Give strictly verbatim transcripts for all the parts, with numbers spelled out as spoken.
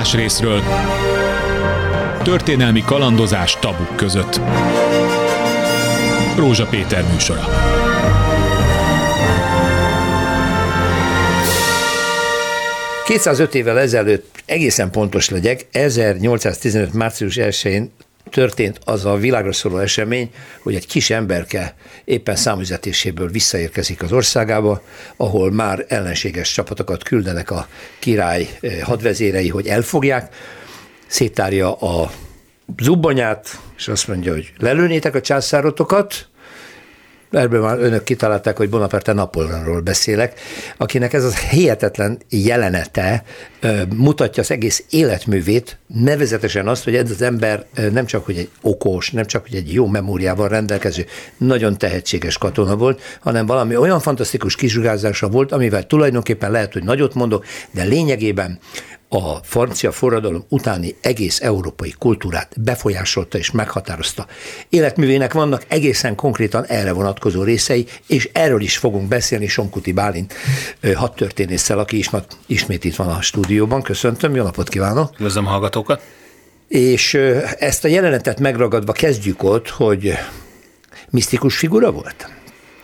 másrészről történelmi kalandozás tabuk között. Rózsa Péter műsora. kétszázöt évvel ezelőtt, egészen pontos legyek, ezernyolcszáztizenöt. március elsején történt az a világra szóló esemény, hogy egy kis emberke éppen számüzetéséből visszaérkezik az országába, ahol már ellenséges csapatokat küldenek a király hadvezérei, hogy elfogják, széttárja a zubbonyát, és azt mondja, hogy lelőnétek a császárotokat. Ebből már önök kitalálták, hogy Bonaparte Napóleonról beszélek, akinek ez az hihetetlen jelenete mutatja az egész életművét, nevezetesen azt, hogy ez az ember nem csak, hogy egy okos, nem csak, hogy egy jó memóriával rendelkező, nagyon tehetséges katona volt, hanem valami olyan fantasztikus kisugárzása volt, amivel tulajdonképpen lehet, hogy nagyot mondok, de lényegében a francia forradalom utáni egész európai kultúrát befolyásolta és meghatározta. Életművének vannak egészen konkrétan erre vonatkozó részei, és erről is fogunk beszélni Somkuti Bálint hadtörténésszel, aki is ismét itt van a stúdióban. Köszöntöm, jó napot kívánok! Üdvözlöm hallgatókat! És ezt a jelenetet megragadva kezdjük ott, hogy misztikus figura volt?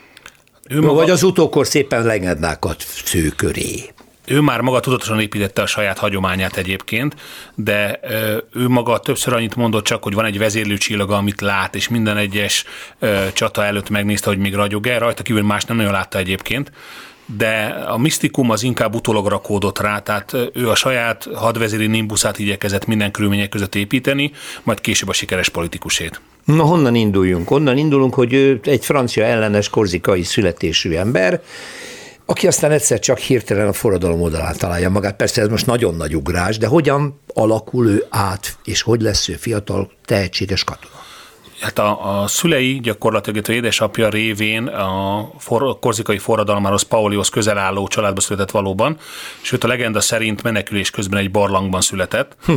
Ő maga... Vagy az utókor szépen legednák a sző köré? Ő már maga tudatosan építette a saját hagyományát egyébként, de ő maga többször annyit mondott csak, hogy van egy vezérlőcsillaga, amit lát, és minden egyes csata előtt megnézte, hogy még ragyog-e, rajta kívül más nem nagyon látta egyébként, de a misztikum az inkább utólag rakódott rá, tehát ő a saját hadvezéri nimbuszát igyekezett minden körülmények között építeni, majd később a sikeres politikusét. Na, honnan induljunk? Onnan indulunk, hogy ő egy francia ellenes korzikai születésű ember, aki aztán egyszer csak hirtelen a forradalom oldalán találja magát. Persze ez most nagyon nagy ugrás, de hogyan alakul ő át, és hogy lesz ő fiatal, tehetséges katona? Hát a, a szülei, gyakorlatilag az édesapja révén a for, korzikai forradalmához, Paulihoz közel álló családba született valóban, sőt a legenda szerint menekülés közben egy barlangban született, hm.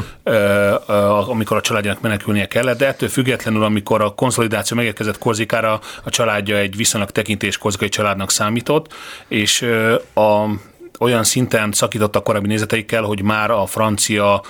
amikor a családjának menekülnie kellett, de ettől függetlenül, amikor a konszolidáció megérkezett Korzikára, a családja egy viszonylag tekintés korzikai családnak számított, és a olyan szinten szakított a korábbi nézeteikkel, hogy már a francia,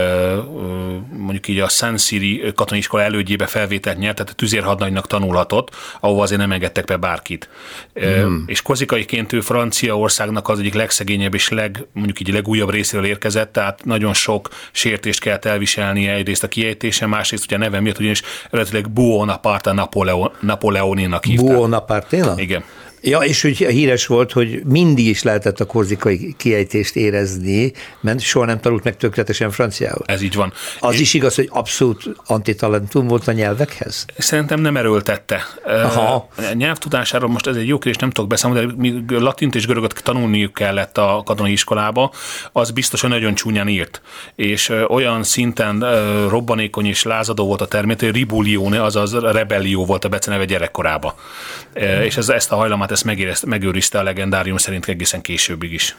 mondjuk így a Saint-Cyri katonaiskola elődjébe felvételt nyert, tehát a tüzérhadnagynak tanulhatott, ahova azért nem engedtek be bárkit. Hmm. És korzikaiként ő Franciaországnak az egyik legszegényebb és leg, mondjuk így legújabb részéről érkezett, tehát nagyon sok sértést kellett elviselnie egyrészt a kiejtése, másrészt ugye a neve miatt, ugyanis eredetileg Buonaparte Napoleon, Napoleoninak hívták. Buonaparte? Igen. Ja, és úgy híres volt, hogy mindig is lehetett a korzikai kiejtést érezni, mert soha nem tanult meg tökéletesen franciául. Ez így van. Az és is igaz, hogy abszolút antitalentum volt a nyelvekhez? Szerintem nem erőltette. Aha. A nyelvtudásáról most ez egy jó kérdés, nem tudok beszámolni, de mi latint és görögöt tanulniuk kellett a katonai iskolába, az biztos, hogy nagyon csúnyán írt. És olyan szinten robbanékony és lázadó volt a természet, hogy ribulione, azaz rebellió volt a beceneve gyerekkorába. Hmm. És ez, ezt a hajlamát ezt megőrizte a legendárium szerint egészen későbbig is.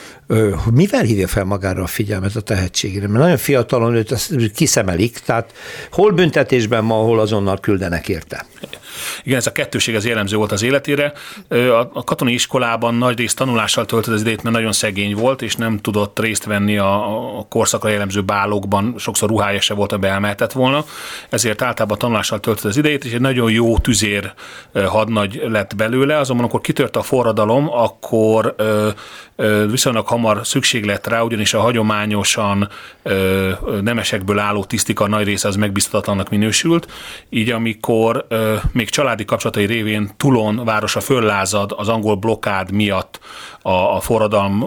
Mivel hívja fel magára a figyelmet a tehetségére? Mert nagyon fiatalon őt kiszemelik, tehát hol büntetésben ma, hol azonnal küldenek érte. Igen, ez a kettőség az jellemző volt az életére. A katonai iskolában nagy részt tanulással töltött az idejét, mert nagyon szegény volt, és nem tudott részt venni a korszakra jellemző bálokban, sokszor ruhája se volt, amiben elmehetett volna. Ezért általában tanulással töltött az idejét, és egy nagyon jó tüzér hadnagy lett belőle, azonban amikor kitört a forradalom, akkor viszonylag hamar szükség lett rá, ugyanis a hagyományosan ö, nemesekből álló tisztikar nagy része az megbízhatatlannak minősült, így amikor ö, még családi kapcsolatai révén Toulon városa föllázad az angol blokkád miatt a, a, forradalm,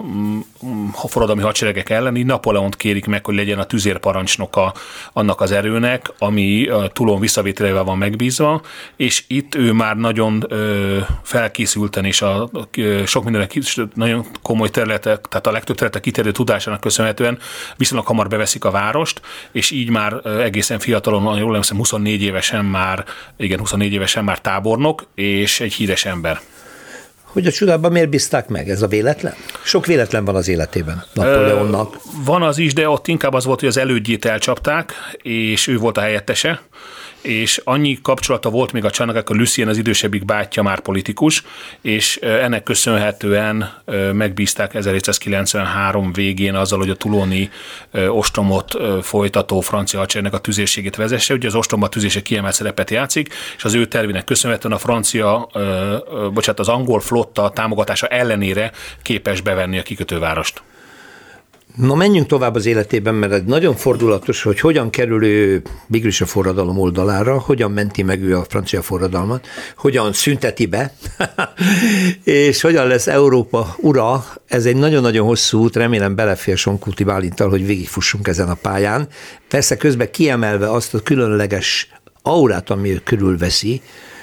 a forradalmi hadseregek ellen, így Napóleont kérik meg, hogy legyen a tüzérparancsnoka annak az erőnek, ami Toulon visszavételével van megbízva, és itt ő már nagyon ö, felkészülten és a, ö, sok mindenek nagyon komoly területek, tehát a legtöbb területek kiterjedő tudásának köszönhetően viszonylag hamar beveszik a várost, és így már egészen fiatalon, jól emlékszem, huszonnégy évesen már, igen, huszonnégy évesen már tábornok, és egy híres ember. Hogy a csodában miért bízták meg? Ez a véletlen? Sok véletlen van az életében Napóleonnak. Van az is, de ott inkább az volt, hogy az elődjét elcsapták, és ő volt a helyettese, és annyi kapcsolata volt még a családnak, akkor Lucien az idősebbik bátyja már politikus, és ennek köszönhetően megbízták ezerhétszázkilencvenhárom végén azzal, hogy a touloni ostromot folytató francia hadseregnek a tüzérségét vezesse. Ugye az ostromban a tüzérség kiemelt szerepet játszik, és az ő tervének köszönhetően a francia, bocsánat, az angol flotta támogatása ellenére képes bevenni a kikötővárost. Na, menjünk tovább az életében, mert ez nagyon fordulatos, hogy hogyan kerül ő végül a forradalom oldalára, hogyan menti meg ő a francia forradalmat, hogyan szünteti be, és hogyan lesz Európa ura. Ez egy nagyon-nagyon hosszú út, remélem belefér Sonkuti Bálinttal, hogy végigfussunk ezen a pályán. Persze közben kiemelve azt a különleges aurát, ami őt körülveszi,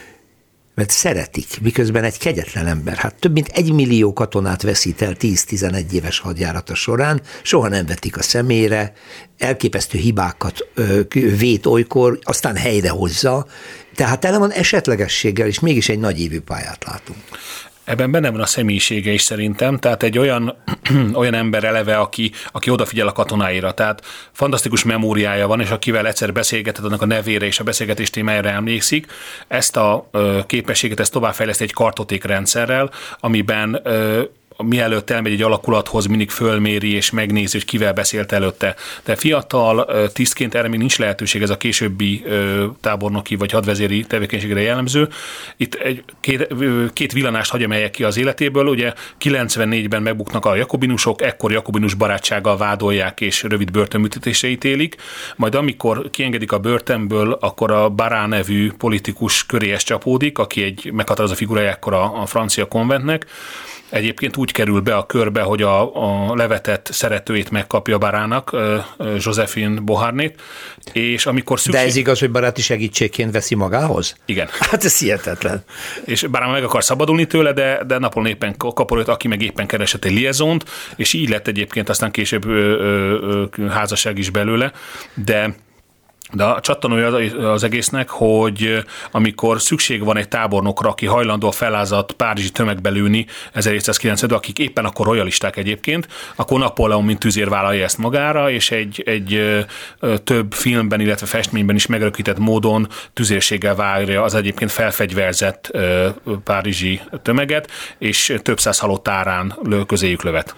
mert szeretik, miközben egy kegyetlen ember. Hát több mint egy millió katonát veszít el tíz-tizenegy éves hadjárata során, soha nem vetik a szemére, elképesztő hibákat ö, vét olykor, aztán helyrehozza, tehát tele van esetlegességgel, és mégis egy nagy évű pályát látunk. Ebben benne van a személyisége is szerintem, tehát egy olyan, olyan ember eleve, aki, aki odafigyel a katonáira, tehát fantasztikus memóriája van, és akivel egyszer beszélgetett, annak a nevére és a beszélgetés témájára emlékszik. Ezt a ö, képességet, ezt továbbfejleszti egy kartotékrendszerrel, amiben ö, mielőtt elmegy egy alakulathoz, mindig fölméri és megnézi, hogy kivel beszélt előtte. De fiatal tisztként erre még nincs lehetőség, ez a későbbi tábornoki vagy hadvezéri tevékenységre jellemző. Itt egy, két, két villanást hagy emeljek ki az életéből. Ugye kilencvennégyben megbuknak a jakobinusok, ekkor jakobinus barátsággal vádolják és rövid börtönbüntetésre ítélik. Majd amikor kiengedik a börtönből, akkor a Barrá nevű politikus köréhez csapódik, aki egy meghatározó figurája ekkor a, a francia konventnek. Egyébként úgy kerül be a körbe, hogy a, a levetett szeretőjét megkapja Barrának, Joséphine Beauharnait, és amikor szükség... De ez igaz, hogy baráti segítségként veszi magához? Igen. Hát ez hihetetlen. És Barrá meg akar szabadulni tőle, de, de napon éppen kapott, aki meg éppen keresett egy liaisont, és így lett egyébként aztán később ö, ö, ö, házasság is belőle, de De a csattanója az egésznek, hogy amikor szükség van egy tábornokra, aki hajlandó a fellázadt párizsi tömegbe lőni ezerhétszázkilencvenben, akik éppen akkor royalisták egyébként, akkor Napóleon mint tüzér vállalja ezt magára, és egy, egy több filmben, illetve festményben is megörökített módon tüzérséggel várja az egyébként felfegyverzett párizsi tömeget, és több száz halott árán lő közéjük lövet.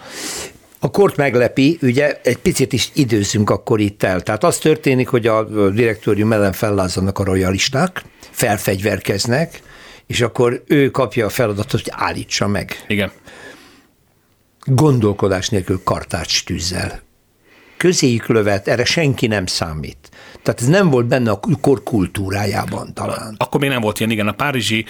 A kort meglepi, ugye egy picit is időzzünk akkor itt el. Tehát az történik, hogy a direktórium ellen fellázzanak a royalisták, felfegyverkeznek, és akkor ő kapja a feladatot, hogy állítsa meg. Igen. Gondolkodás nélkül kartács tűzzel. Közéjük lövet, erre senki nem számít. Tehát ez nem volt benne a kor kultúrájában talán. Akkor még nem volt ilyen, igen. A párizsi,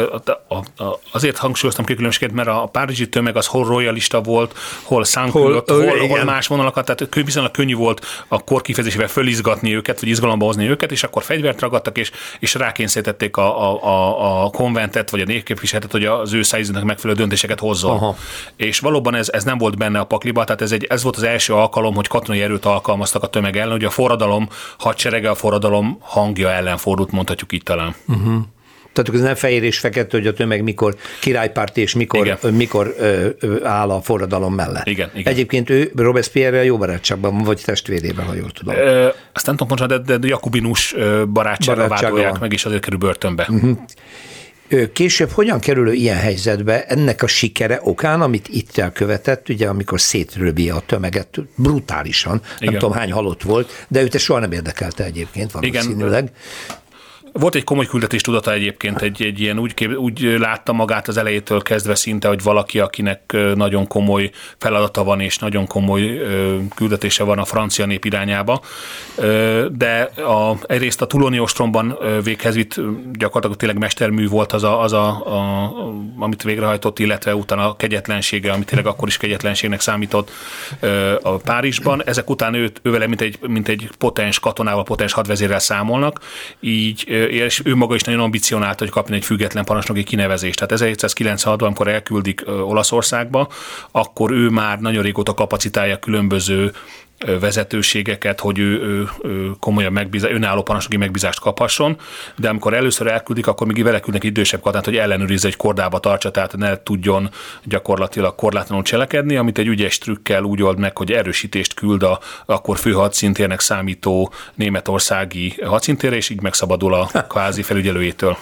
azért hangsúlyoztam ki különbséget, mert a párizsi tömeg az hol royalista volt, hol szánkülött, hol, hol, hol más vonalakat, tehát viszonylag könnyű volt a kor kifejezésével fölizgatni őket, vagy izgalomba hozni őket, és akkor fegyvert ragadtak, és, és rákényszerítették a, a, a, a konventet, vagy a népképviseletet, hogy az ő szájízőnek megfelelő döntéseket hozzon. Aha. És valóban ez, ez nem volt benne a pakliba, tehát ez, egy, ez volt az első alkalom, hogy katonai erőt alkalmaztak a tömeg ellen, hogy a forradalom hadserege a forradalom hangja ellen fordult, mondhatjuk így talán. Uh-huh. Tehát ez nem fehér és fekete, hogy a tömeg mikor királypárti és mikor, mikor ö, ö, áll a forradalom mellett. Igen, igen. Egyébként ő Robespierre-rel jó barátságban, vagy testvérében, ha jól tudom. Ö, azt nem tudom pontosan, de, de jakobinus barátsággal vádolják meg, és azért kerül börtönbe. Uh-huh. Később hogyan kerül ilyen helyzetbe ennek a sikere okán, amit itt elkövetett, ugye amikor szétröbi a tömeget brutálisan, igen. Nem tudom hány halott volt, de őt soha nem érdekelte egyébként valószínűleg. Igen. Volt egy komoly küldetéstudata egyébként, egy, egy ilyen úgy, úgy látta magát az elejétől kezdve szinte, hogy valaki, akinek nagyon komoly feladata van, és nagyon komoly küldetése van a francia nép irányába. De a, egyrészt a touloni ostromban véghez vitt, gyakorlatilag tényleg mestermű volt az, a, az a, a, amit végrehajtott, illetve utána a kegyetlensége, amit tényleg akkor is kegyetlenségnek számított a Párizsban. Ezek után őt, ővele mint egy, mint egy potens katonával, potens hadvezérrel számolnak, így és ő maga is nagyon ambicionált, hogy kapjon egy független parancsnoki kinevezést. Tehát ezerhétszázkilencvenhatban, amikor elküldik Olaszországba, akkor ő már nagyon régóta kapacitálja különböző vezetőségeket, hogy ő, ő, ő komolyabb megbízást, önálló parancsnoki megbízást kaphasson, de amikor először elküldik, akkor még vele küldnek idősebb katonát, hogy ellenőrizze, hogy kordába tartsa, tehát ne tudjon gyakorlatilag korlátlanul cselekedni, amit egy ügyes trükkel úgy old meg, hogy erősítést küld a akkor főhadszintérnek számító németországi hadszintérre, és így megszabadul a kvázi felügyelőjétől.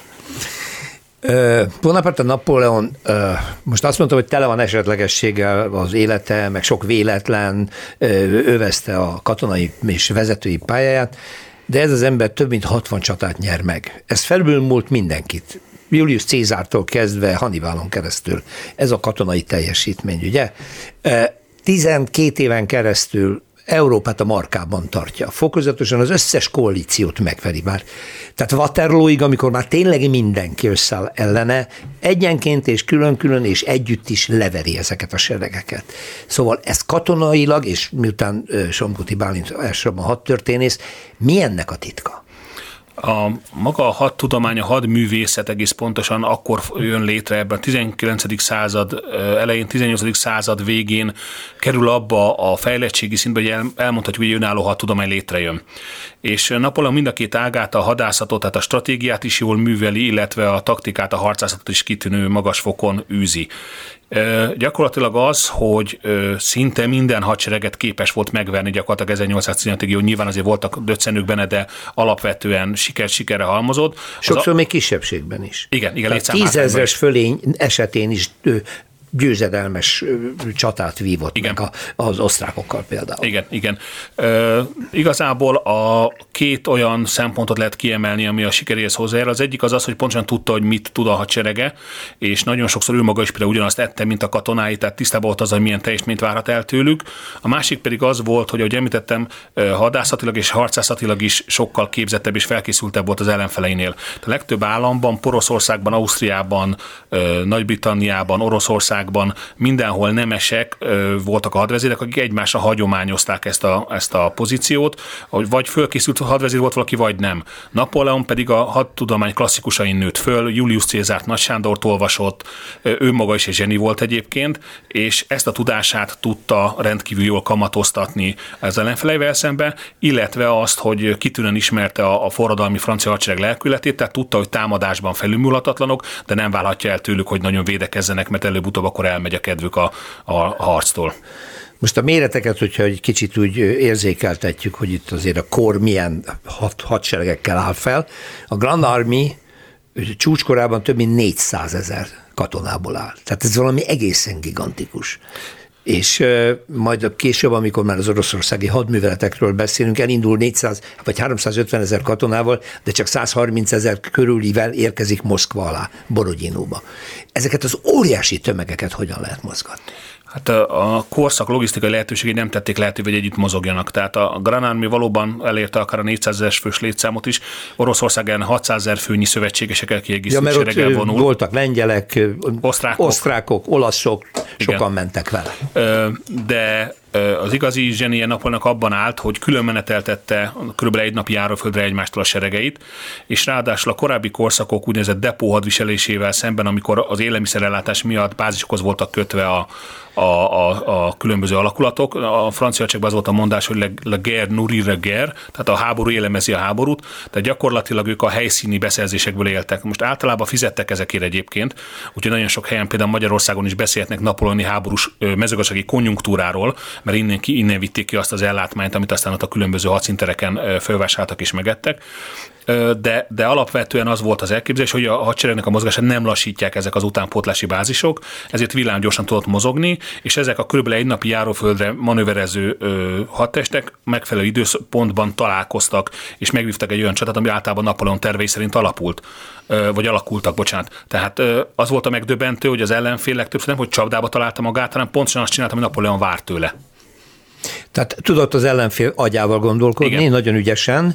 Bonaparte Napóleon most azt mondta, hogy tele van esetlegességgel az élete, meg sok véletlen, övezte a katonai és vezetői pályáját, de ez az ember több mint hatvan csatát nyer meg. Ez felülmúlt mindenkit. Julius Cézártól kezdve Hannibalon keresztül. Ez a katonai teljesítmény, ugye? tizenkét éven keresztül Európát a markában tartja. Fokozatosan az összes koalíciót megveri már. Tehát Waterlooig, amikor már tényleg mindenki összeáll ellene, egyenként és külön-külön és együtt is leveri ezeket a seregeket. Szóval ez katonailag, és miután Somkuti Bálint elsősorban hadtörténész, mi ennek a titka? A maga a hadtudomány, a hadművészet egész pontosan akkor jön létre ebben a tizenkilencedik század elején, tizennyolcadik század végén kerül abba a fejlettségi szintbe, hogy el, elmondhatjuk, hogy egy önálló hadtudomány létrejön. És Napóleon mind a két ágát, a hadászatot, tehát a stratégiát is jól műveli, illetve a taktikát, a harcászatot is kitűnő magas fokon űzi. Ö, gyakorlatilag az, hogy ö, szinte minden hadsereget képes volt megverni gyakorlatilag ezernyolcszáztizenötig, jó, nyilván azért voltak döccenők benne, de alapvetően siker-sikerre halmozott. Sokszor a... még kisebbségben is. Igen, igen. Tízezres fölény esetén is győzedelmes csatát vívott igen. meg az osztrákokkal például. Igen, igen. E, igazából a két olyan szempontot lehet kiemelni, ami a sikeréhez hozzájárul. Az egyik az az, hogy pontosan tudta, hogy mit tud a hadserege, és nagyon sokszor ő maga is például ugyanazt ette, mint a katonái, tehát tisztában volt az, hogy milyen teljesítményt várhat el tőlük. A másik pedig az volt, hogy ahogy említettem, hadászatilag és harcászatilag is sokkal képzettebb és felkészültebb volt az ellenfeleinél. A legtöbb államban, Poroszországban, Ausztriában, Nagy-Britanniában, Oroszországban, mindenhol nemesek voltak a hadvezérek, akik egymásra hagyományozták ezt a, ezt a pozíciót, hogy vagy fölkészült hadvezér volt valaki, vagy nem. Napóleon pedig a hadtudomány klasszikusain nőtt föl, Julius Cézárt, Nagy Sándort olvasott, ő maga is egy zseni volt egyébként, és ezt a tudását tudta rendkívül jól kamatoztatni az ellenfeleivel szembe, illetve azt, hogy kitűnően ismerte a, a forradalmi francia hadsereg lelkületét, tehát tudta, hogy támadásban felülmúlhatatlanok, de nem válhatja el tőlük, hogy nagyon védekezzenek, mert előbb-utóbb akkor elmegy a kedvük a, a harctól. Most a méreteket, hogyha egy kicsit úgy érzékeltetjük, hogy itt azért a kor milyen had, hadseregekkel áll fel. A Grand Army csúcskorában több mint négyszázezer katonából áll. Tehát ez valami egészen gigantikus. És majd később, amikor már az oroszországi hadműveletekről beszélünk, elindul négyszáz vagy háromszázötven ezer katonával, de csak százharminc ezer körülivel érkezik Moszkva alá, Borodinóba. Ezeket az óriási tömegeket hogyan lehet mozgatni? Hát a korszak logisztikai lehetőségei nem tették lehetővé, hogy együtt mozogjanak. Tehát a Grand Army valóban elérte akár a négyszázezer fős létszámot is. Oroszország ellen hatszázezer főnyi szövetségesekkel kiegészítő ja, sereggel vonul. Voltak lengyelek, osztrákok, osztrákok olaszok, sokan igen. mentek vele. De az igazi zsenie Napóleonnak abban állt, hogy külön meneteltette kb. Egy napi járóföldre egymástól a seregeit, és ráadásul a korábbi korszakok úgynevezett depó hadviselésével szemben, amikor az élelmiszerellátás miatt bázisokhoz voltak kötve a, a, a, a különböző alakulatok. A francia hadseregben az volt a mondás, hogy le, le guerre nourrit la guerre, tehát a háború élemezi a háborút, tehát gyakorlatilag ők a helyszíni beszerzésekből éltek. Most általában fizettek ezekért egyébként, úgyhogy nagyon sok helyen, például Magyarországon is beszélhetnek napóleoni háborús mezőgazdasági konjunktúráról, mert innen, ki, innen vitték ki azt az ellátmányt, amit aztán ott a különböző hadszíntereken fölvásároltak és megettek. De, de alapvetően az volt az elképzelés, hogy a hadseregnek a mozgását nem lassítják ezek az utánpótlási bázisok, ezért villámgyorsan tudott mozogni, és ezek a kb. Egy napi járóföldre manőverező ö, hadtestek megfelelő időpontban találkoztak, és megvívtak egy olyan csatát, ami általában Napóleon tervei szerint alapult, ö, vagy alakultak, bocsánat. Tehát ö, az volt a megdöbbentő, hogy az ellenfél legtöbbször nem, hogy csapdába találta magát, hanem pontosan azt csinálta, ami Napóleon várt tőle. Tehát tudott az ellenfél agyával gondolkodni, igen. nagyon ügyesen,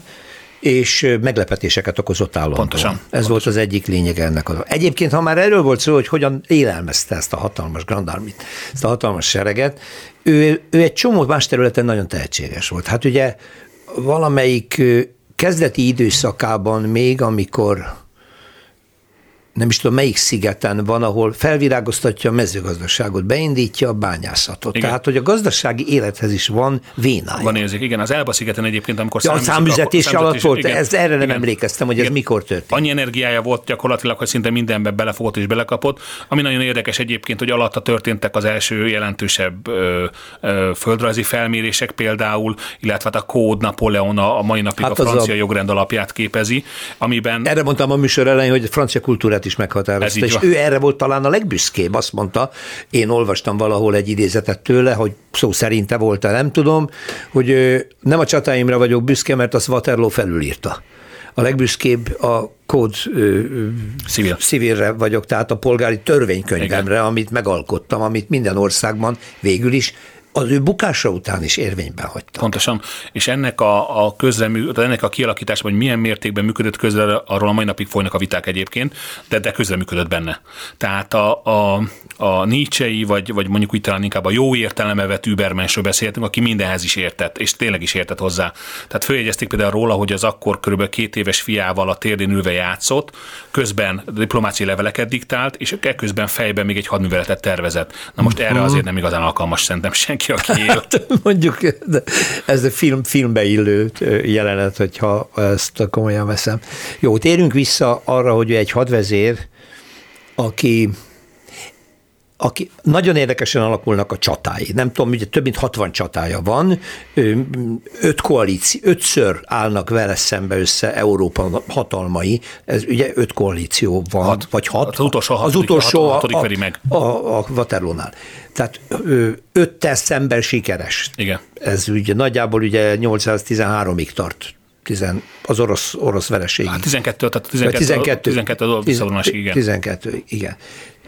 és meglepetéseket okozott állandóan. Pontosan. Ez pontosan. volt az egyik lényeg ennek. Az. Egyébként, ha már erről volt szó, hogy hogyan élelmezte ezt a hatalmas Grand Army-t, ezt a hatalmas sereget, ő, ő egy csomó más területen nagyon tehetséges volt. Hát ugye valamelyik kezdeti időszakában még, amikor nem is tudom melyik szigeten van, ahol felvirágoztatja a mezőgazdaságot, beindítja a bányászatot. Igen. Tehát, hogy a gazdasági élethez is van vénája. Van érzék, igen. Az Elba szigeten egyébként, amikor ja, számüzetés, a számüzetés alatt volt, igen, ez, erre nem igen, emlékeztem, hogy igen, ez mikor történt. Annyi energiája volt gyakorlatilag, hogy szinte mindenbe belefogott és belekapott. Ami nagyon érdekes egyébként, hogy alatta történtek az első jelentősebb ö, ö, földrajzi felmérések például, illetve a kód Napóleon a mai napig hát a francia a... jogrend alapját képezi, amiben... Erre mondtam a műsor elején, hogy a francia kultúrát is meghatározta, és van. Ő erre volt talán a legbüszkébb, azt mondta, én olvastam valahol egy idézetet tőle, hogy szó szerinte volt-e, nem tudom, hogy nem a csatáimra vagyok büszke, mert azt Waterloo felülírta. A legbüszkébb a kód Civil. civilre vagyok, tehát a polgári törvénykönyvemre, igen, amit megalkottam, amit minden országban végül is az ő bukása után is érvényben hagyta. Pontosan, és ennek a, a közremű, ennek a kialakításban, hogy milyen mértékben működött közre, arról a mai napig folynak a viták egyébként, de, de közreműködött benne. Tehát a, a, a Nietzsche-i, vagy, vagy mondjuk úgy talán inkább a jó értelembe vett Übermensről beszéltünk, aki mindenhez is értett, és tényleg is értett hozzá. Tehát följegyezték például róla, hogy az akkor körülbelül két éves fiával a térdén ülve játszott, közben diplomáciai leveleket diktált, és ekközben fejben még egy hadműveletet tervezett. Na most erre azért nem igazán alkalmas szerintem senki, aki élt. Mondjuk ez a film, filmbe illő jelenet, hogyha ezt komolyan veszem. Jó, térjünk vissza arra, hogy egy hadvezér, aki aki nagyon érdekesen alakulnak a csatái. Nem tudom, ugye több mint hatvan csatája van, öt koalíció, ötször állnak vele szembe össze Európa hatalmai, ez ugye öt koalíció van, hat, vagy hat. Az utolsó, az utolsó hat, a, veri meg. A, a, a Waterloo-nál. Tehát öttel szemben sikeres. Igen. Ez ugye nagyjából ugye nyolcszáztizenháromig tart. Tizen, az orosz, orosz vereségig. Hát tizenkettő, tehát tizenkettő, tizenkettő, tizenkettő a visszavonásig, igen. tizenkettő, igen.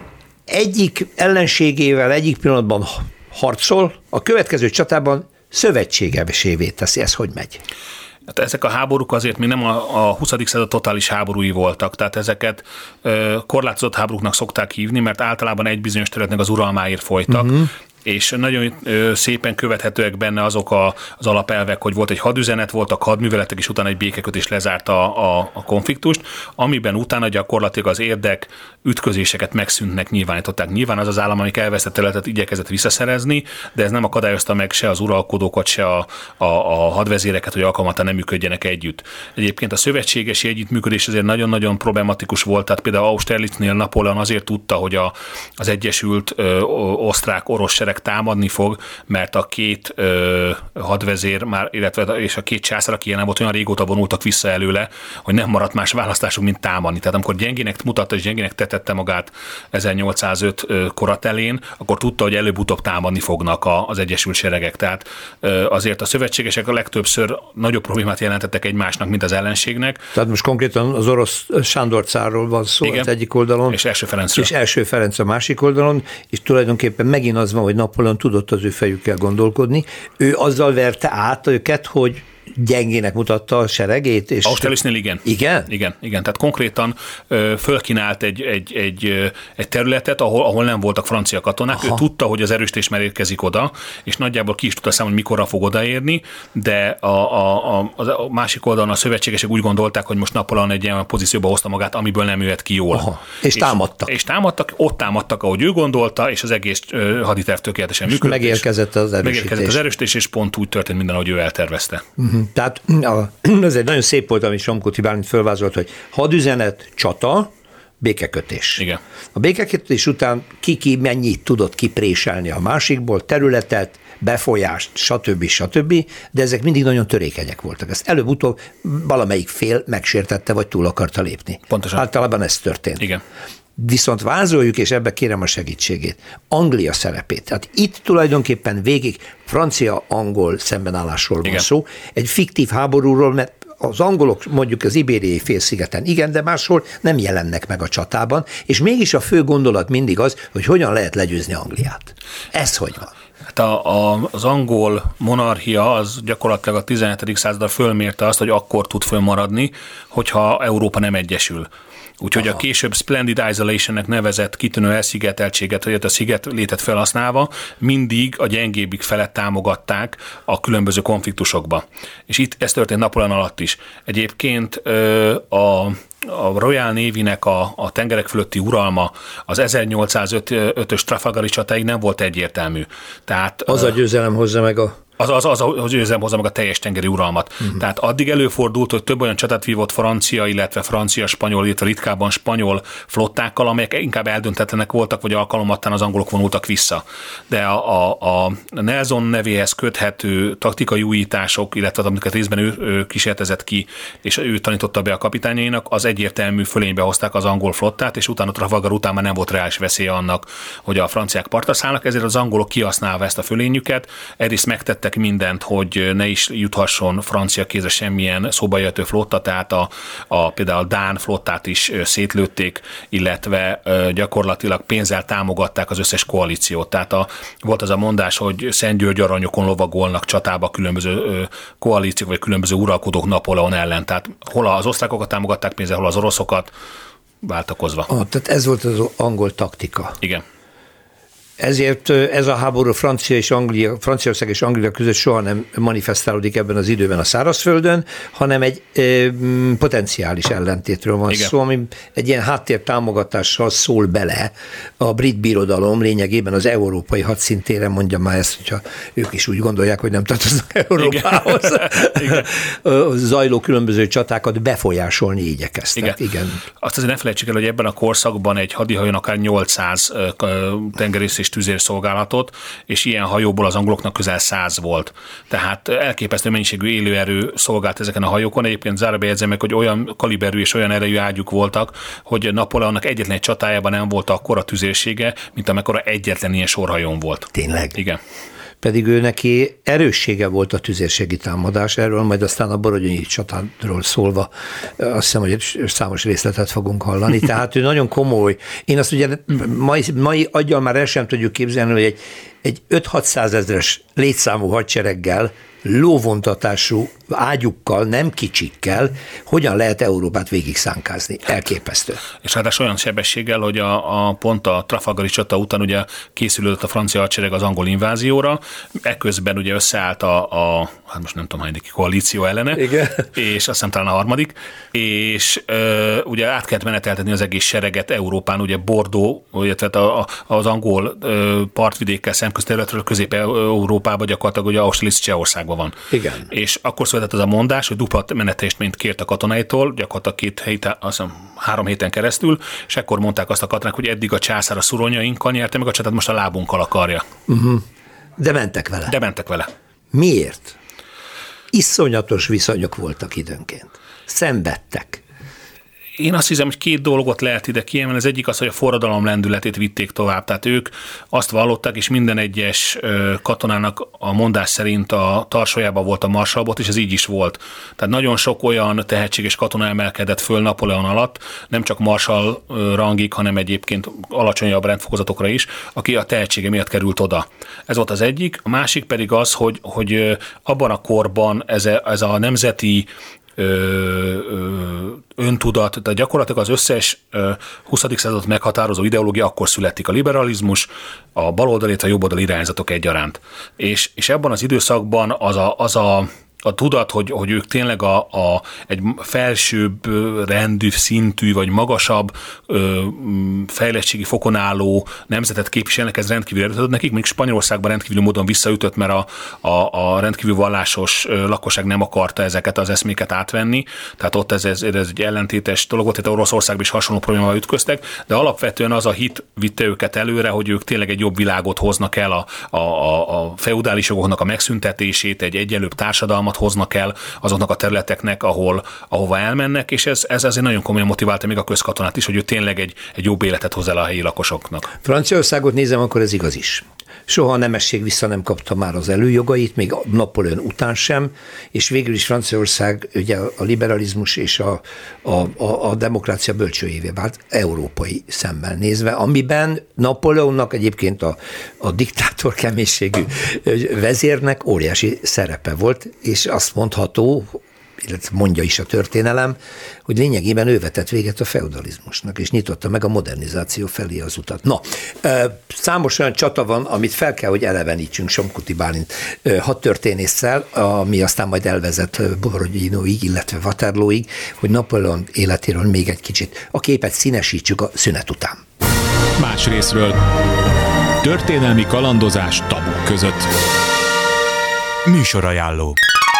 Egyik ellenségével egyik pillanatban harcol, a következő csatában szövetségesévé teszi. Ez hogy megy? Hát ezek a háborúk azért még nem a, a huszadik század totális háborúi voltak, tehát ezeket ö, korlátozott háborúknak szokták hívni, mert általában egy bizonyos területnek az uralmáért folytak, uh-huh. és nagyon szépen követhetőek benne azok a, az alapelvek, hogy volt egy hadüzenet, voltak hadműveletek, és utána egy békekötés lezárta a, a, a konfliktust, amiben utána gyakorlatilag az érdek ütközéseket megszűntnek, nyilvánították. Nyilván az az állam, amik elvesztett területet igyekezett visszaszerezni, de ez nem akadályozta meg se az uralkodókat, se a, a, a hadvezéreket, hogy alkalmatta nem működjenek együtt. Egyébként a szövetségesi együttműködés azért nagyon-nagyon problematikus volt, tehát például Austerlitznél Napóleon azért tudta, hogy a, az egyesült ö, osztrák-orosz sereg támadni fog, mert a két ö, hadvezér már, illetve és a két császár, aki jelen volt, olyan régóta vonultak vissza előle, hogy nem maradt más választásuk, mint támadni. Tehát amikor gyengének mutatta és gyengének tetette magát ezernyolcszázöt koratelén, akkor tudta, hogy előbb-utóbb támadni fognak a, az egyesült seregek. Tehát ö, azért a szövetségesek a legtöbbször nagyobb problémát jelentettek egymásnak, mint az ellenségnek. Tehát most konkrétan az orosz Sándor cárról van szó, igen, az egyik oldalon. És első Ferencről. És első Ferenc a másik oldalon, és tulajdonképpen megint az van, hogy Napóleon tudott az ő fejükkel gondolkodni. Ő azzal verte át őket, hogy gyengének mutatta a seregét. És Austerlitznél igen. Igen? Igen, igen. Tehát konkrétan ö, fölkínált egy, egy, egy, egy területet, ahol, ahol nem voltak francia katonák. Aha. Ő tudta, hogy az erősítés már érkezik oda, és nagyjából ki is tudta számolni, hogy mikorra fog odaérni, de a, a, a, a másik oldalon a szövetségesek úgy gondolták, hogy most Napóleon egy ilyen pozícióba hozta magát, amiből nem jöhet ki jól. Aha. És, és támadtak. És támadtak, ott támadtak, ahogy ő gondolta, és az egész ö, haditerv tökéletesen működött. Megérkezett az erősítés. Megérkezett az erősítés, és pont úgy történt minden, ahogy ő eltervezte. Uh-huh. Tehát ez egy nagyon szép volt, amit Somkuti Bálint fölvázolt, hogy hadüzenet, csata, békekötés. Igen. A békekötés után ki-ki mennyit tudott kipréselni a másikból, területet, befolyást, stb. stb., de ezek mindig nagyon törékenyek voltak. Ezt előbb-utóbb valamelyik fél megsértette, vagy túl akarta lépni. Pontosan. Általában ez történt. Igen. Viszont vázoljuk, és ebbe kérem a segítségét, Anglia szerepét. Tehát itt tulajdonképpen végig francia-angol szembenállásról van, igen, szó. Egy fiktív háborúról, mert az angolok mondjuk az ibériai félszigeten igen, de máshol nem jelennek meg a csatában, és mégis a fő gondolat mindig az, hogy hogyan lehet legyőzni Angliát. Ez hogy van? Hát a, a, az angol monarchia az gyakorlatilag a tizenhetedik századra fölmérte azt, hogy akkor tud fölmaradni, hogyha Európa nem egyesül. Úgyhogy aha, a később Splendid Isolation-nek nevezett kitűnő elszigeteltséget, vagy a sziget létet felhasználva mindig a gyengébbik felett támogatták a különböző konfliktusokba. És itt ez történt Napóleon alatt is. Egyébként a a Royal Navy-nek a, a tengerek fölötti uralma az ezernyolcszázötös Trafalgari csatáig nem volt egyértelmű. Tehát, az a győzelem hozza meg a... Az, az, az, az győzelem hozza meg a teljes tengeri uralmat. Uh-huh. Tehát addig előfordult, hogy több olyan csatát vívott francia, illetve francia-spanyol, illetve ritkábban spanyol flottákkal, amelyek inkább eldöntetlenek voltak, vagy alkalomattán az angolok vonultak vissza. De a, a, a Nelson nevéhez köthető taktikai újítások, illetve amiket részben ő, ő kísérletezett ki, és ő tanította be a kapitányainak, az egyértelmű fölénybe hozták az angol flottát, és utána Trafalgar után már nem volt reális veszélye annak, hogy a franciák partra szállnak, ezért az angolok kihasználva ezt a fölényüket, egyrészt megtettek mindent, hogy ne is juthasson francia kézre semmilyen szóba jöhető flotta, tehát a, a, például a dán flottát is szétlőtték, illetve gyakorlatilag pénzzel támogatták az összes koalíciót. Tehát a, volt az a mondás, hogy Szentgyörgy aranyokon lovagolnak csatába különböző koalíciók, vagy különböző uralkodók Napóleon ellen. Tehát hol az osztrákokat támogatták pénzzel, hol az oroszokat, váltakozva. Ah, tehát ez volt az angol taktika. Igen. Ezért ez a háború Francia és Anglia, Franciaország és Anglia között soha nem manifestálódik ebben az időben a szárazföldön, hanem egy e, potenciális ellentétről van Igen. szó, ami egy ilyen háttértámogatással szól bele a brit birodalom, lényegében az európai hadszintéren, mondjam már ezt, hogyha ők is úgy gondolják, hogy nem tartoznak Európához. Igen. Igen. Zajló különböző csatákat befolyásolni igyekeztek. Igen. Igen. Azt azért ne felejtsük el, hogy ebben a korszakban egy hadihajón akár nyolcszáz tengerész és tüzérszolgálatot, és ilyen hajóból az angoloknak közel száz volt. Tehát elképesztő mennyiségű élőerő szolgált ezeken a hajókon. Egyébként záróba jegyzem meg, hogy olyan kaliberű és olyan erejű ágyuk voltak, hogy Napóleonnak egyetlen egy csatájában nem volt akkora tüzérsége, mint amekkora egyetlen ilyen sorhajón volt. Tényleg? Igen. Pedig ő neki erőssége volt a tüzérségi támadás, erről majd aztán a Borodinyi csatáról szólva azt hiszem, hogy számos részletet fogunk hallani. Tehát ő nagyon komoly. Én azt ugye mai, mai aggyal már el sem tudjuk képzelni, hogy egy, egy öt-hatszáz ezres létszámú hadsereggel, lóvontatású ágyukkal, nem kicsikkel, hogyan lehet Európát végig szánkázni. Elképesztő. És ráadásul olyan sebességgel, hogy a, a pont a Trafalgari csata után ugye készülődött a francia hadsereg az angol invázióra, ekközben ugye összeállt a, a hát most nem tudom, hányadik koalíció ellene, Igen. és azt hiszem talán a harmadik, és ö, ugye át kellett meneteltetni az egész sereget Európán, ugye Bordeaux, illetve a, a, az angol ö, partvidékkel szemközterületről Közép-Európában gyakorlatilag ugye Austerlitz Csehországban van. Igen. És akkor született az a mondás, hogy dupla menetést kért a katonáitól, gyakorlatilag két héten, azt hiszem, három héten keresztül, és ekkor mondták azt a katonák, hogy eddig a császár a szuronyainkkal nyerte meg a csatát, most a lábunkkal akarja. Uh-huh. De mentek vele. De mentek vele. Miért? Iszonyatos viszonyok voltak időnként. Szenvedtek. Én azt hiszem, hogy két dolgot lehet ide kiemelni. Az egyik az, hogy a forradalom lendületét vitték tovább. Tehát ők azt vallották, és minden egyes katonának a mondás szerint a tarsójában volt a marsalbot, és ez így is volt. Tehát nagyon sok olyan tehetséges katona emelkedett föl Napóleon alatt, nem csak marsal rangig, hanem egyébként alacsonyabb rendfokozatokra is, aki a tehetsége miatt került oda. Ez volt az egyik. A másik pedig az, hogy, hogy abban a korban ez a, ez a nemzeti Ö, ö, öntudat, tehát gyakorlatilag az összes ö, huszadik századot meghatározó ideológia akkor születik, a liberalizmus, a baloldali, a jobboldali irányzatok egyaránt. És, és ebben az időszakban az a, az a a tudat, hogy, hogy ők tényleg a, a, egy felsőbb rendű, szintű, vagy magasabb ö, fejlettségi fokon álló nemzetet képviselnek, ez rendkívül erősített nekik, még Spanyolországban rendkívül módon visszaütött, mert a, a, a rendkívül vallásos lakosság nem akarta ezeket az eszméket átvenni, tehát ott ez, ez, ez egy ellentétes dolog volt, tehát Oroszországban is hasonló problémával ütköztek, de alapvetően az a hit vitte őket előre, hogy ők tényleg egy jobb világot hoznak el, a, a, a, a feudális jogoknak a megszüntetését, egy egyenlőbb társadalmat hoznak el azoknak a területeknek, ahol, ahova elmennek, és ez, ez azért nagyon komolyan motiválta még a közkatonát is, hogy ő tényleg egy, egy jobb életet hoz el a helyi lakosoknak. Franciaországot nézem, akkor ez igaz is. Soha a nemesség vissza nem kapta már az előjogait, még Napóleon után sem, és végül is Franciaország ugye a liberalizmus és a, a, a, a demokrácia bölcsőjévé vált, európai szemmel nézve, amiben Napóleonnak egyébként a, a diktátor keménységű vezérnek óriási szerepe volt, és azt mondható, illetve mondja is a történelem, hogy lényegében ő vetett véget a feudalizmusnak, és nyitotta meg a modernizáció felé az utat. Na, számos olyan csata van, amit fel kell, hogy elevenítsünk Somkuti Bálint hadtörténésszel, ami aztán majd elvezet Borodinóig, illetve Waterlooig, hogy Napóleon életéről még egy kicsit a képet színesítsük a szünet után. Másrészről történelmi kalandozás tabuk között. Műsorajánló.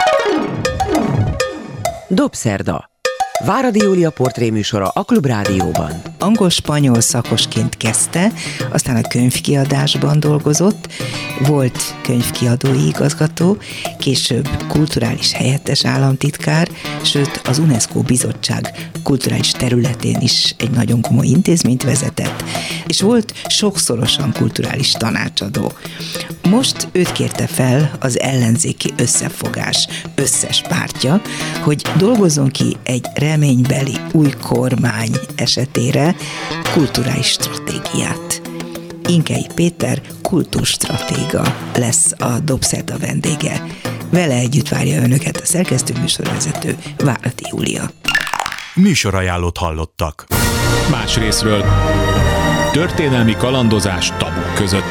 Dobszerda. Váradi Júlia portréműsora a Klubrádióban. Angol-spanyol szakosként kezdte, aztán a könyvkiadásban dolgozott, volt könyvkiadói igazgató, később kulturális helyettes államtitkár, sőt az UNESCO bizottság kulturális területén is egy nagyon komoly intézményt vezetett, és volt sokszorosan kulturális tanácsadó. Most őt kérte fel az ellenzéki összefogás összes pártja, hogy dolgozzon ki egy reménybeli új kormány esetére kulturális stratégiát. Inkei Péter kultúrstratéga lesz a Dobszerda vendége. Vele együtt várja önöket a szerkesztő műsorvezető Váradi Júlia. Műsorajánlót hallottak. Másrészről történelmi kalandozás tabuk között.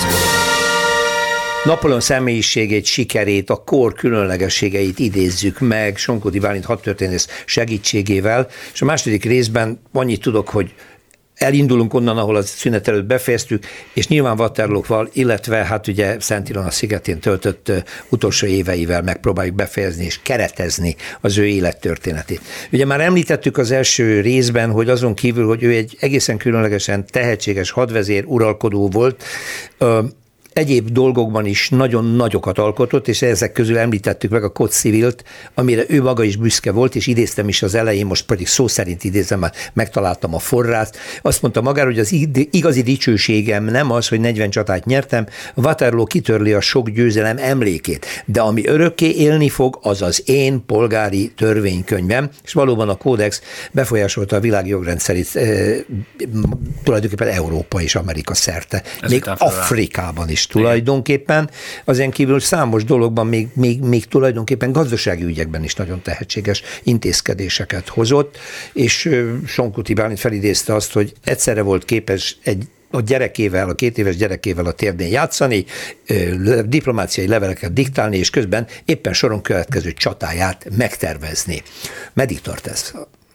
Napóleon személyiségét, sikerét, a kor különlegességeit idézzük meg Somkuti Bálint hadtörténész segítségével, és a második részben annyit tudok, hogy elindulunk onnan, ahol a szünet előtt befejeztük, és nyilván Waterloo-val, illetve hát ugye Szent Ilona szigetén töltött utolsó éveivel megpróbáljuk befejezni és keretezni az ő élettörténetét. Ugye már említettük az első részben, hogy azon kívül, hogy ő egy egészen különlegesen tehetséges hadvezér, uralkodó volt, egyéb dolgokban is nagyon nagyokat alkotott, és ezek közül említettük meg a Code Civilt, amire ő maga is büszke volt, és idéztem is az elején, most pedig szó szerint idézem, mert megtaláltam a forrást. Azt mondta magára, hogy az igazi dicsőségem nem az, hogy negyven csatát nyertem, Waterloo kitörli a sok győzelem emlékét, de ami örökké élni fog, az az én polgári törvénykönyvem, és valóban a kódex befolyásolta a világ jogrendszerét e, tulajdonképpen Európa és Amerika szerte, ez még Afrikában is tulajdonképpen, azon kívül számos dologban, még, még, még tulajdonképpen gazdasági ügyekben is nagyon tehetséges intézkedéseket hozott, és Somkuti Bálint felidézte azt, hogy egyszerre volt képes egy a gyerekével, a két éves gyerekével a térdén játszani, diplomáciai leveleket diktálni, és közben éppen soron következő csatáját megtervezni. Meddig tart ez?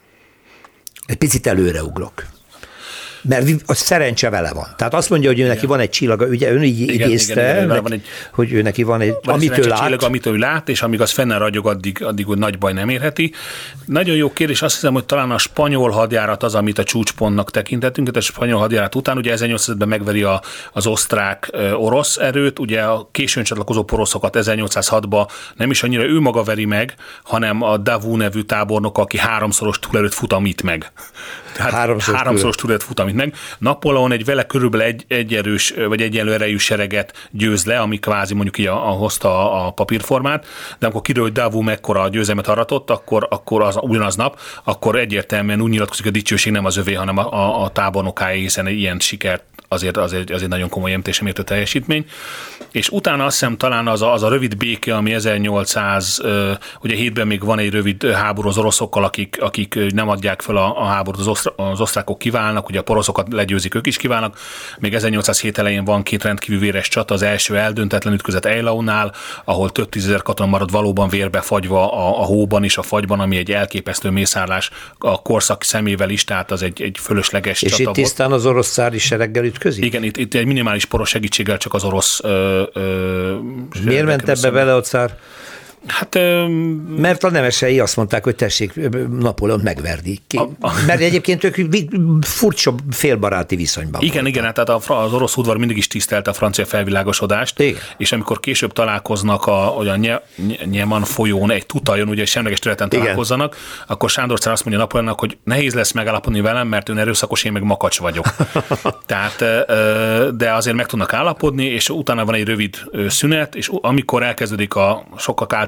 Egy picit előreugrok. Mert a szerencse vele van. Tehát azt mondja, hogy ő neki van egy csillaga, ugye ön így igen, idézte, igen, igen, neki, van egy, hogy ő neki van egy, van amit ő lát. Csillag, amit ő lát, és amíg az fenn ragyog, addig, addig úgy nagy baj nem érheti. Nagyon jó kérdés, azt hiszem, hogy talán a spanyol hadjárat az, amit a csúcspontnak tekintettünk, tehát a spanyol hadjárat után, ugye ezernyolcszázötben megveri a, az osztrák-orosz erőt, ugye a későn csatlakozó poroszokat ezernyolcszázhatban nem is annyira ő maga veri meg, hanem a Davout nevű tábornok, aki háromszoros túlerőt futamít meg. Tehát háromszoros, háromszoros túlerőt futamít meg. Napóleon egy vele körülbelül egy, egy erős, vagy egyenlő erejű sereget győz le, ami kvázi mondjuk így a, a hozta a, a papírformát, de amikor kiderül, hogy Davout mekkora győzelmet aratott, akkor, akkor az, ugyanaz nap, akkor egyértelműen úgy nyilatkozik, hogy a dicsőség nem az övé, hanem a, a, a tábornokáé, hiszen egy ilyen sikert azért, azért, azért nagyon komoly említésem értő teljesítmény. És utána azt hiszem talán az a, az a rövid béke, ami ezernyolcszáz, ugye hétben még van egy rövid háború az oroszokkal, akik, akik nem adják fel a, a háborút, az, osztra, az osztrákok kiválnak, ugye a poroszokat legyőzik, ők is kiválnak. Még ezernyolcszázhét elején van két rendkívül véres csata, az első eldöntetlen ütközet Eylaunál, ahol több tízezer katona marad valóban vérbe fagyva a, a hóban és a fagyban, ami egy elképesztő mészárlás a korszak szemével is, tehát az egy, egy fölösleges és csata volt. És itt tisztán az orosz cári sereggel ütközik? Igen, itt, itt egy minimális poros segítséggel csak az orosz... Ö, ö, Miért ment ebbe bele a cár? Hát, ö, mert a nemesei azt mondták, hogy tessék Napóleont megverni. A, a, Mert egyébként ők furcsa félbaráti viszonyban igen, voltak. igen, tehát az orosz udvar mindig is tisztelte a francia felvilágosodást, igen. És amikor később találkoznak a, a Nyeman folyón, egy tutajon, ugye egy semleges területen találkozzanak, igen. Akkor Sándor cár azt mondja Napóleonnak, hogy nehéz lesz megállapodni velem, mert ön erőszakos, én meg makacs vagyok. Tehát, de azért meg tudnak állapodni, és utána van egy rövid szünet, és amikor elkezdődik a sokak által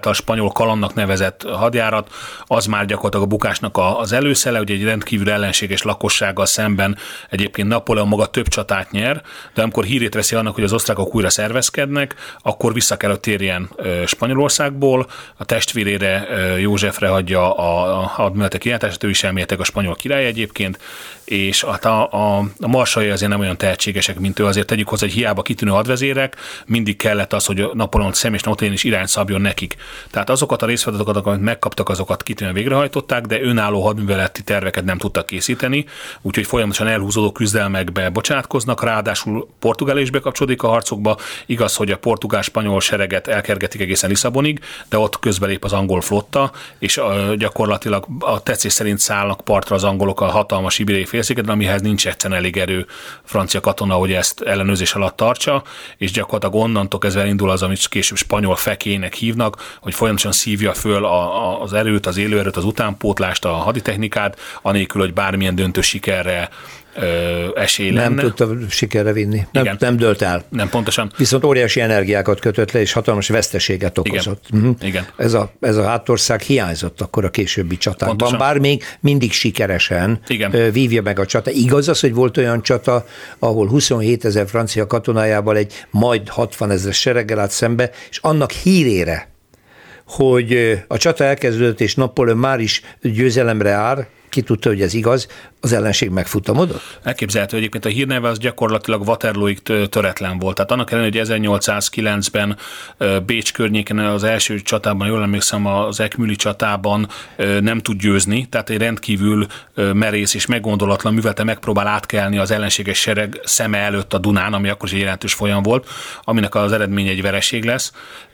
által spanyol kalandnak nevezett hadjárat, az már gyakorlatilag a bukásnak az előszele, ugye egy rendkívül ellenséges lakossággal szemben egyébként Napóleon maga több csatát nyer, de amikor hírét veszi annak, hogy az osztrákok újra szervezkednek, akkor vissza kellett térjen Spanyolországból, a testvérére, Józsefre hagyja a hadműveletek kiáltását, ő is elméletek a spanyol király egyébként, és a, a, a marsai azért nem olyan tehetségesek, mint ő, azért tegyük hozzá, hogy hiába kitűnő hadvezérek, mindig kellett az, hogy Napóleon személyes Napóleon is irányt szabjon nekik. Tehát azokat a részfeladatokat, amit megkaptak, azokat kitűnően végrehajtották, de önálló hadműveleti terveket nem tudtak készíteni, úgyhogy folyamatosan elhúzódó küzdelmekbe bocsátkoznak, ráadásul Portugália is bekapcsolódik a harcokba. Igaz, hogy a portugál-spanyol sereget elkergetik egészen Lisszabonig, de ott közbelép az angol flotta, és gyakorlatilag a tetszés szerint szállnak partra az angolok a hatalmas ibériai félszigeten, amihez nincs egyszerűen elég erő francia katona, hogy ezt ellenőrzés alatt tartsa, és gyakorlatilag onnantól kezdve elindul az, amit később spanyol fekének hívnak, hogy folyamatosan szívja föl a, a, az erőt, az élőerőt, az utánpótlást, a haditechnikát, anélkül, hogy bármilyen döntő sikerre Ö, esély nem lenne. tudta sikerre vinni. Nem, nem dölt el. Nem, pontosan. Viszont óriási energiákat kötött le, és hatalmas veszteséget okozott. Igen. Uh-huh. Igen. Ez, a, ez a hátország hiányzott akkor a későbbi csatákban, pontosan. Bár még mindig sikeresen Igen. vívja meg a csata. Igaz az, hogy volt olyan csata, ahol huszonhét ezer francia katonájával egy majd hatvan ezer sereggel állt szembe, és annak hírére, hogy a csata elkezdődött, és Napóleon már is győzelemre áll, ki tudta, hogy ez igaz, az ellenség megfutamodott? Elképzelhető, egyébként a hírneve az gyakorlatilag Waterlooig töretlen volt. Tehát annak ellenére, hogy ezernyolcszázkilencben Bécs környéken az első csatában, jól emlékszem, az Eckmühli csatában nem tud győzni, tehát egy rendkívül merész és meggondolatlan művelete megpróbál átkelni az ellenséges sereg szeme előtt a Dunán, ami akkor is egy jelentős folyam volt, aminek az eredménye egy vereség lesz.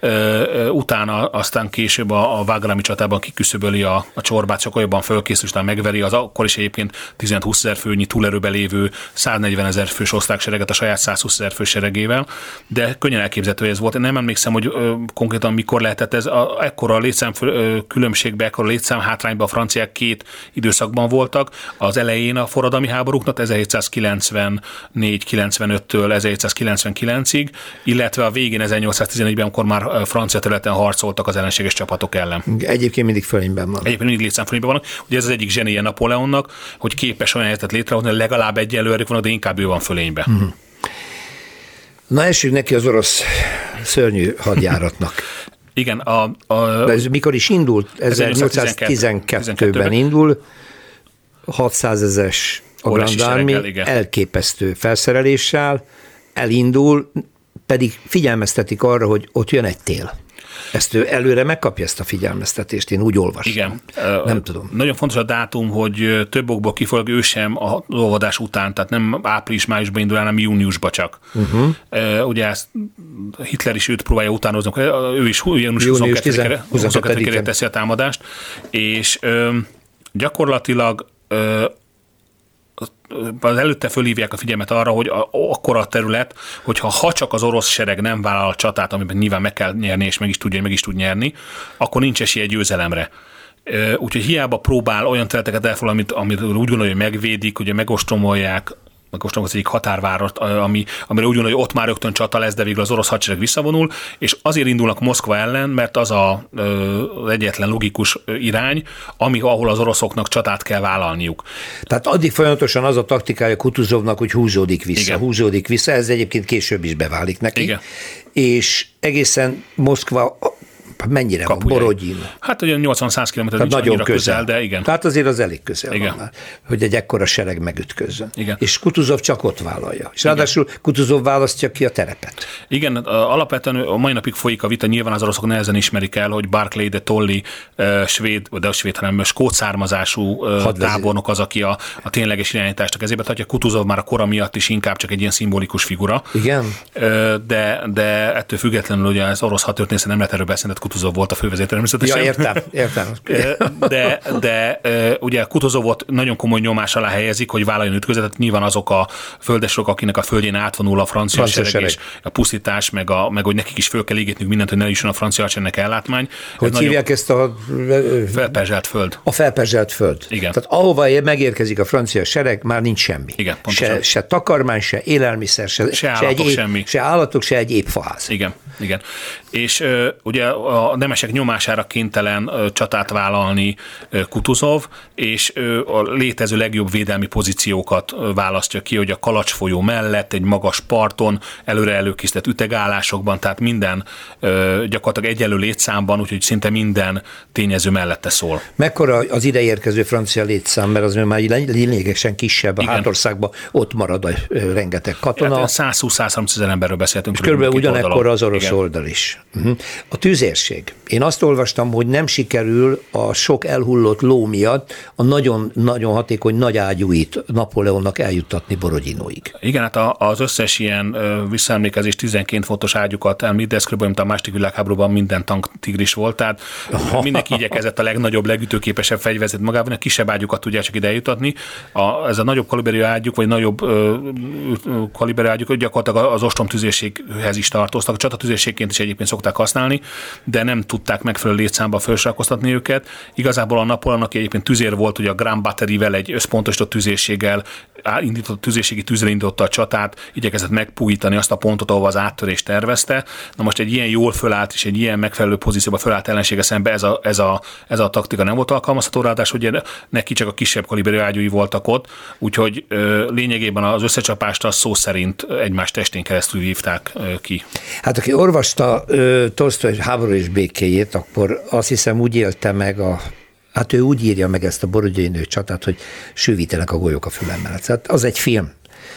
Utána aztán később a Wagrami csatában kiküszöböli a, a csorbát, sokkal jobban fölkészül, aztán megveri az akkor is egyébként tizenöt-húsz ezer főnyi túlerőbe lévő száznegyven ezer fős osztrák sereget a saját százhúsz ezer fős seregével, de könnyen elképzelhető, hogy ez volt. Én nem emlékszem, hogy ö, konkrétan mikor lehetett ez. A, ekkora létszám ö, különbségbe, ekkora létszám hátrányban a franciák két időszakban voltak. Az elején a forradalmi háborúknak ezerhétszázkilencvennégy kilencvenöttől ezerhétszázkilencvenkilencig, illetve a végén ezernyolcszáztizenegyben, amikor már francia területen harcoltak az ellenséges csapatok ellen. Egyébként mindig fölényben van. Egyébként mindig létszámfölényben vannak. Ugye ez az egyik zsenie Napóleonnak, hogy képes olyan helyzetet létrehozni, hogy legalább egyenlő erők vannak, de inkább ő van fölénybe. Mm. Na, essünk neki az orosz szörnyű hadjáratnak. Igen. A, a, de ez mikor is indult? ezernyolcszáztizenkettőben indul, hatszázezres a Grand Army, elképesztő felszereléssel, elindul, pedig figyelmeztetik arra, hogy ott jön egy tél. Ezt ő előre megkapja, ezt a figyelmeztetést, én úgy olvasom. Igen. Nem tudom. Nagyon fontos a dátum, hogy több okból kifolyólag ő sem a olvadás után, tehát nem április-májusban indul, hanem júniusban csak. Uh-huh. Ugye ezt Hitler is őt próbálja utánozni, ő is június huszonkettedikére teszi a támadást, és gyakorlatilag az előtte fölhívják a figyelmet arra, hogy akkora a terület, hogyha ha csak az orosz sereg nem vállal a csatát, amiben nyilván meg kell nyerni, és meg is tudja, meg is tud nyerni, akkor nincs esélye győzelemre. Úgyhogy hiába próbál olyan területeket elfoglalni, amit, amit úgy gondolja, hogy megvédik, hogy megostromolják, meg most az egyik határváros, ami, amire úgy gondolja, hogy ott már rögtön csata lesz, de végül az orosz hadsereg visszavonul, és azért indulnak Moszkva ellen, mert az a, az egyetlen logikus irány, ami, ahol az oroszoknak csatát kell vállalniuk. Tehát addig folyamatosan az a taktikája Kutuzovnak, hogy húzódik vissza, Igen. húzódik vissza, ez egyébként később is beválik neki. Igen. És egészen Moszkva mennyire Kapuja. van? Borodjin. Hát olyan nyolcvan-száz kilométer nincs nagyon annyira közel. közel, de igen. Tehát azért az elég közel Igen. van már, hogy egy ekkora sereg megütközön. Igen. És Kutuzov csak ott vállalja. És ráadásul Kutuzov választja ki a terepet. Igen, alapvetően a mai napig folyik a vita, nyilván az oroszok nehezen ismerik el, hogy Barclay de Tolly svéd, de a svéd, hanem skót származású tábornok az, aki a, a tényleges irányítást a kezébe tartja. Kutuzov már a kora miatt is inkább csak egy ilyen szimbolikus figura. Igen. De, de ettől függetlenül ugye az orosz hadtörténész nem lehet erről beszélni, tehát Kutuzov volt a fővezér természetesen. Ja, értem, értem. De, de ugye Kutuzovot nagyon komoly nyomás alá helyezik, hogy vállaljon ütközetet. Nyilván azok a földesok, akinek a földjén átvonul a francia, francia sereg, sereg, és a pusztítás, meg, a, meg hogy nekik is föl kell égetniük mindent, hogy ne jusson a francia hadseregnek ellátmány. Hogy ez hívják ezt a... Felperzselt föld. A felperzselt föld. Igen. Tehát ahova megérkezik a francia sereg, már nincs semmi. Igen, se, se takarmány, se élelmiszer, se, se, állatok, se, egy semmi. se állatok, se egy épp faház. Igen, igen. És uh, ugye a a nemesek nyomására kénytelen csatát vállalni Kutuzov, és a létező legjobb védelmi pozíciókat választja ki, hogy a Kalacs folyó mellett, egy magas parton, előre előkészített ütegállásokban, tehát minden gyakorlatilag egyenlő létszámban, úgyhogy szinte minden tényező mellette szól. Mekkora az ide érkező francia létszám, mert az már lényegesen kisebb, a hátországban ott marad a rengeteg katona. Hát száz húsz száz harminc ezer emberről beszéltünk. És körülbelül ugyanekkor az orosz Igen. oldal is. Uh-huh. A tüzérség. Én azt olvastam, hogy nem sikerül a sok elhullott ló miatt a nagyon-nagyon hatékony nagy ágyúit Napóleonnak eljuttatni Borodinóig. Igen, hát az összes ilyen visszaemlékezés tizenkét fontos ágyukat említ, de ez kb. Mint a második világháborúban minden tank tigris volt, tehát mindenki igyekezett a legnagyobb, legütőképesebb fegyverzet magában, a kisebb ágyukat tudják csak ide eljutatni. A, ez a nagyobb kaliberű ágyuk, vagy nagyobb ö, ö, kaliberű ágyuk gyakorlatilag az ostromtüzérséghez is tartoztak. A csatatüzérségként is egyébként szokták használni, de nem tudták megfelelő létszámba felsorakoztatni őket. Igazából a Napóleon, aki egyébként tüzér volt, ugye a Grand Battery-vel, egy összpontosított tüzérséggel indított, tüzérségi tűzre indította a csatát, igyekezett megpuhítani azt a pontot, ahol az áttörést tervezte. Na most egy ilyen jól fölállt és egy ilyen megfelelő pozícióba fölállt ellensége szembe ez a, ez a, ez a taktika nem volt alkalmazható, ráadásul ugye neki csak a kisebb kaliberű ágyúi voltak ott, úgyhogy ö, lényegében az összecsapást az szó szerint egymás testén keresztül vívták ö, ki. Hát aki olvasta Tolsztoj Háború és békéjét, akkor azt hiszem úgy élte meg a Hát ő úgy írja meg ezt a Borodinói csatát, hogy sűvítenek a golyók a fülem mellett. Hát az egy film.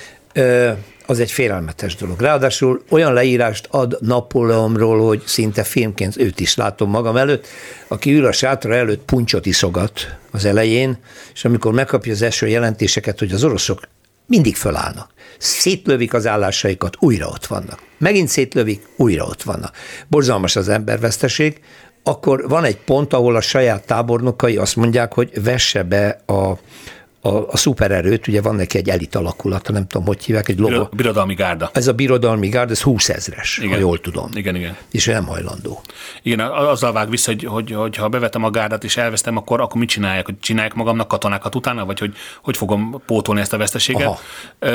Az egy félelmetes dolog. Ráadásul olyan leírást ad Napóleonról, hogy szinte filmként őt is látom magam előtt, aki ül a sátra előtt puncsot iszogat az elején, és amikor megkapja az első jelentéseket, hogy az oroszok mindig fölállnak. Szétlövik az állásaikat, újra ott vannak. Megint szétlövik, újra ott vannak. Borzalmas az emberveszteség, akkor van egy pont, ahol a saját tábornokai azt mondják, hogy vesse be a, a, a szupererőt, ugye van neki egy elit alakulata, nem tudom, hogy hívják, egy logo. Birodalmi gárda. Ez a birodalmi gárda, ez húszezres, ha jól tudom. Igen, igen. És nem hajlandó. Igen, azzal vág vissza, hogy, hogy, hogy ha bevetem a gárdát és elvesztem, akkor, akkor mit csinálják? Hogy csinálják magamnak katonákat utána, vagy hogy, hogy fogom pótolni ezt a veszteséget? Aha.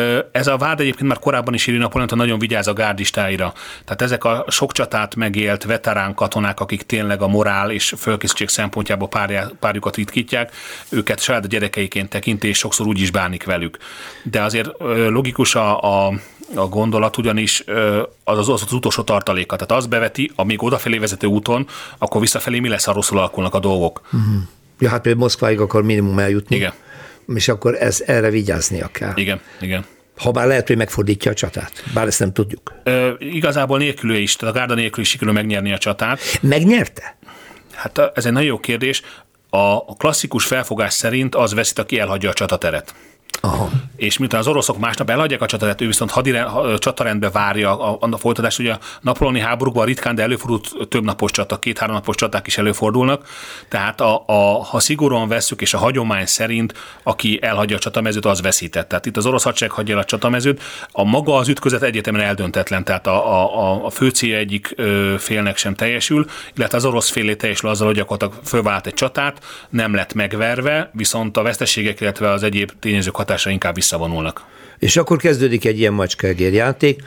Ez a vád egyébként már korábban is írja Napóleon, hogy nagyon vigyáz a gárdistáira. Tehát ezek a sok csatát megélt veterán katonák, akik tényleg a morál és fölkészültség szempontjából párjá, párjukat ritkítják, őket saját a gyerekeiként tekinti, és sokszor úgy is bánik velük. De azért logikus a, a, a gondolat, ugyanis az, az az utolsó tartaléka. Tehát azt beveti, amíg odafelé vezető úton, akkor visszafelé mi lesz, ha rosszul alakulnak a dolgok. Uh-huh. Ja, hát például Moszkváig akar minimum eljutni. Igen. És akkor ez, erre vigyáznia kell. Igen, igen. Ha bár lehet, hogy megfordítja a csatát. Bár ezt nem tudjuk. Ö, igazából nélkül is, tehát a gárda nélkül is sikerül megnyerni a csatát. Megnyerte? Hát ez egy nagyon jó kérdés. A klasszikus felfogás szerint az veszít, aki elhagyja a csatateret. Aha. És miután az oroszok másnap elhagyják a csatateret, ő viszont hadire, csatarendbe várja a, a folytatást. Ugye a napóleoni háborúkban ritkán, de előfordult több napos csata, két-három napos csaták is előfordulnak. Tehát a, a, ha szigorúan vesszük, és a hagyomány szerint, aki elhagyja a csatamezőt, az veszített. Tehát itt az orosz hadsereg hagyja el a csatamezőt. A maga az ütközet egyértelműen eldöntetlen, tehát a, a, a fő célja egyik ö, félnek sem teljesül, illetve az orosz félé teljesül azzal, hogy gyakorlatilag fölvált egy csatát, nem lett megverve, viszont a veszteségek, illetve az egyéb tényezők hatása inkább visszavonulnak. És akkor kezdődik egy ilyen macskaegér játék.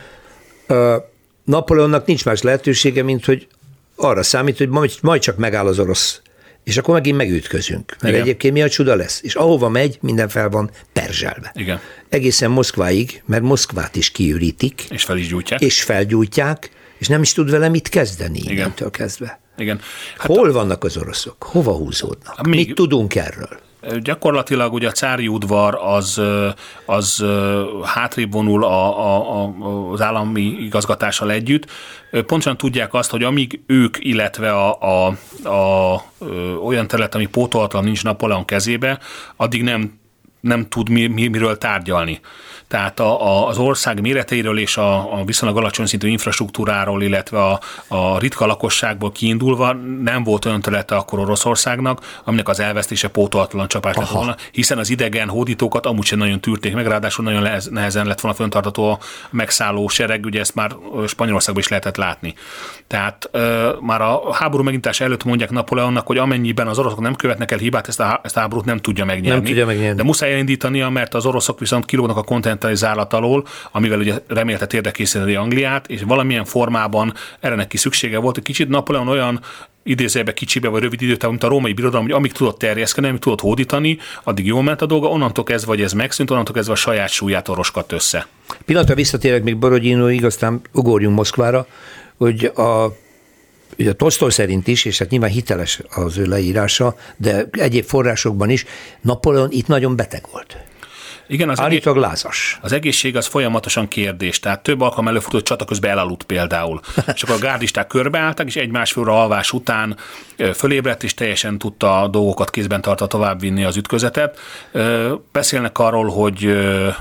Napóleonnak nincs más lehetősége, mint hogy arra számít, hogy majd, majd csak megáll az orosz, és akkor megint megütközünk. Mert igen. Egyébként mi a csuda lesz? És ahova megy, minden fel van perzselve. Igen. Egészen Moszkváig, mert Moszkvát is kiürítik. És fel is gyújtják. És felgyújtják, és nem is tud vele mit kezdeni innentől kezdve. Igen. Hát hol a... vannak az oroszok? Hova húzódnak? Még... Mit tudunk erről? Gyakorlatilag ugye a cári udvar az, az hátrébb vonul a, a, a, az állami igazgatással együtt. Pontosan tudják azt, hogy amíg ők, illetve a, a, a, a olyan terület, ami pótolhatlan nincs Napóleon kezébe, addig nem, nem tud mi, mi, miről tárgyalni. Tehát a, a, az ország méreteiről és a, a viszonylag alacsony szintű infrastruktúráról, illetve a, a ritka lakosságból kiindulva nem volt olyan területe akkor Oroszországnak, aminek az elvesztése pótolhatlan csapás lett volna, hiszen az idegen hódítókat amúgy sem nagyon tűrték meg, ráadásul nagyon nehezen lett volna föntartató a megszálló sereg, ugye ezt már Spanyolországban is lehetett látni. Tehát ö, már a háború megintása előtt mondják Napóleonnak, hogy amennyiben az oroszok nem követnek el hibát, ezt a, ezt a háborút nem tudja megnyerni. Nem tudja megnyerni. De muszáj elindítania, mert az oroszok viszont kilógnak a kontinentális zárlat alól, amivel ugye remélte térdekészíteni Angliát, és valamilyen formában erre neki szüksége volt. Egy kicsit Napóleon olyan idézőjelben kicsibe vagy rövid időtávon, mint a római birodalom, hogy amíg tudott terjeszkedni, amíg tudott hódítani, addig jól ment a dolga, onnantól kezdve, vagy ez megszűnt, onnantól kezdve a saját súlyától roskadt össze. Pillanatra visszatérek még Borodinóig, aztán ugorjunk Moszkvára, hogy a ugye a Tolsztoj szerint is, és hát nyilván hiteles az ő leírása, de egyéb forrásokban is, Napóleon itt nagyon beteg volt. Igen, az állítólag lázas. Az egészség az folyamatosan kérdés, tehát több alkalom előfordult, hogy csata közben elaludt például. És akkor a gárdisták körbeálltak, és egy másfél óra alvás után fölébredt, és teljesen tudta a dolgokat kézben tartva továbbvinni az ütközetet. Beszélnek arról, hogy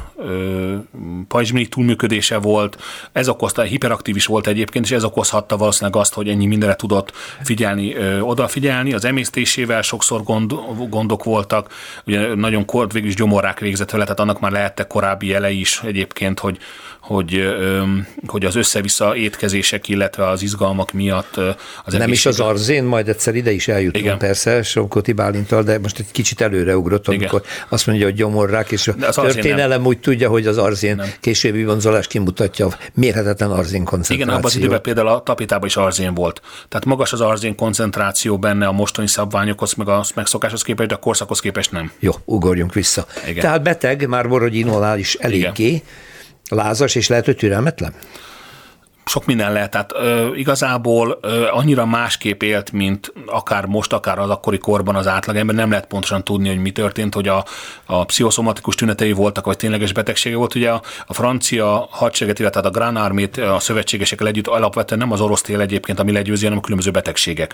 pajzsmirigy túlműködése volt, ez okozta, hiperaktív is volt egyébként, és ez okozhatta valószínűleg azt, hogy ennyi mindenre tudott figyelni, odafigyelni. Az emésztésével sokszor gond, gondok voltak, ugye nagyon kort végül is gyomorrák végzett vele, tehát annak már lehettek korábbi jelei is egyébként, hogy, hogy, hogy az össze-vissza étkezések, illetve az izgalmak miatt az nem is az arzén, majd egyszer ide is eljutunk. Igen. Persze, Somkoti Bálinttal, de most egy kicsit előreugrott, amikor igen. azt mondja, hogy gyomorrák, és a történelem úgy tudja, hogy az arzén nem. későbbi vonzolás kimutatja a mérhetetlen arzén koncentráció. Igen, abban az időben például a tapétában is arzén volt. Tehát magas az arzén koncentráció benne a mostani szabványokhoz, meg a megszokáshoz képest, de a korszakhoz képest nem. Jó, ugorjunk vissza. Igen. Tehát beteg, már Borodinónál is eléggé, igen. lázas, és lehet, hogy türelmetlen? Sok minden lehet, tehát ö, igazából ö, annyira másképp élt, mint akár most, akár az akkori korban az átlagember, nem lehet pontosan tudni, hogy mi történt, hogy a, a pszichoszomatikus tünetei voltak, vagy tényleges betegsége volt. Ugye a, a francia hadsereget, illetve a Grand Armét a szövetségesekkel együtt alapvetően nem az orosz tél egyébként, ami legyőzi, hanem a különböző betegségek.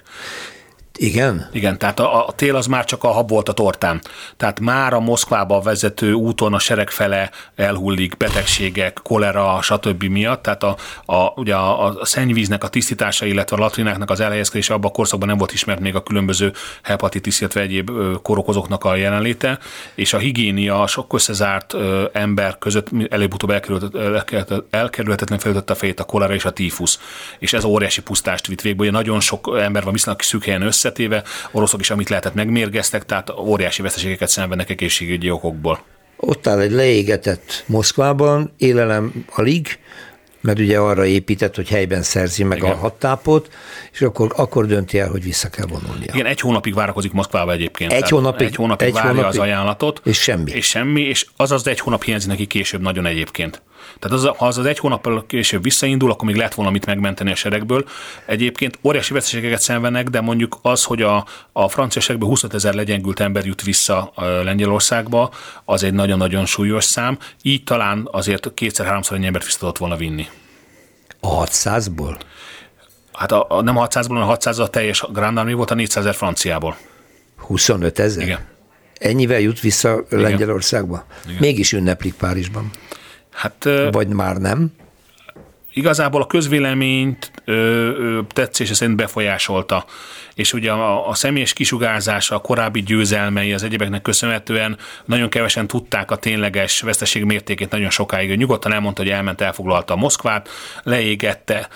Igen? Igen, tehát a, a tél az már csak a hab volt a tortán. Tehát már a Moszkvába vezető úton a sereg fele elhullik betegségek, kolera, stb. Miatt. Tehát a, a, ugye a, a szennyvíznek a tisztítása, illetve a latrináknak az elhelyezkedése abban a korszakban nem volt ismert még a különböző hepatitis, illetve egyéb kórokozóknak a jelenléte, és a higiénia a sok összezárt ember között előbb-utóbb elkerülhetetlen felütötte a fejét a kolera és a tífusz. És ez óriási pusztást vitt végbe, ugye nagyon sok ember van viszonylag szűk helyen össze, összetéve, oroszok is, amit lehetett, megmérgeztek, tehát óriási veszteségeket szenvednek egészségügyi okokból. Ott áll egy leégetett Moszkvában, élelem alig, mert ugye arra épített, hogy helyben szerzi meg igen. a hadtápot, és akkor, akkor dönti el, hogy vissza kell vonulnia. Igen, egy hónapig várakozik Moszkvába egyébként. Egy hónapig? Egy hónapig egy várja hónapig, az ajánlatot. És semmi. És semmi, és az az egy hónap hiányzik neki később nagyon egyébként. Tehát az, ha az az egy hónappal később visszaindul, akkor még lehet volna mit megmenteni a seregből. Egyébként óriási veszteségeket szenvednek, de mondjuk az, hogy a, a francia seregből huszonötezer legyengült ember jut vissza Lengyelországba, az egy nagyon-nagyon súlyos szám. Így talán azért kétszer-háromszor ennyi embert vissza tudott volna vinni. A hatszázból? Hát a, a, nem a hatszázból, hanem a hatszáz a teljes Grand Army volt, a négyszázezer franciából. huszonötezer? Igen. Ennyivel jut vissza igen. Lengyelországba? Igen. Mégis ünneplik Párizsban. Hát, vagy már nem? Igazából a közvéleményt ö, ö, tetszése szerint befolyásolta. És ugye a, a személyes kisugárzása, a korábbi győzelmei az egyébeknek köszönhetően nagyon kevesen tudták a tényleges veszteség mértékét nagyon sokáig. Nyugodtan elmondta, hogy elment, elfoglalta a Moszkvát, leégette,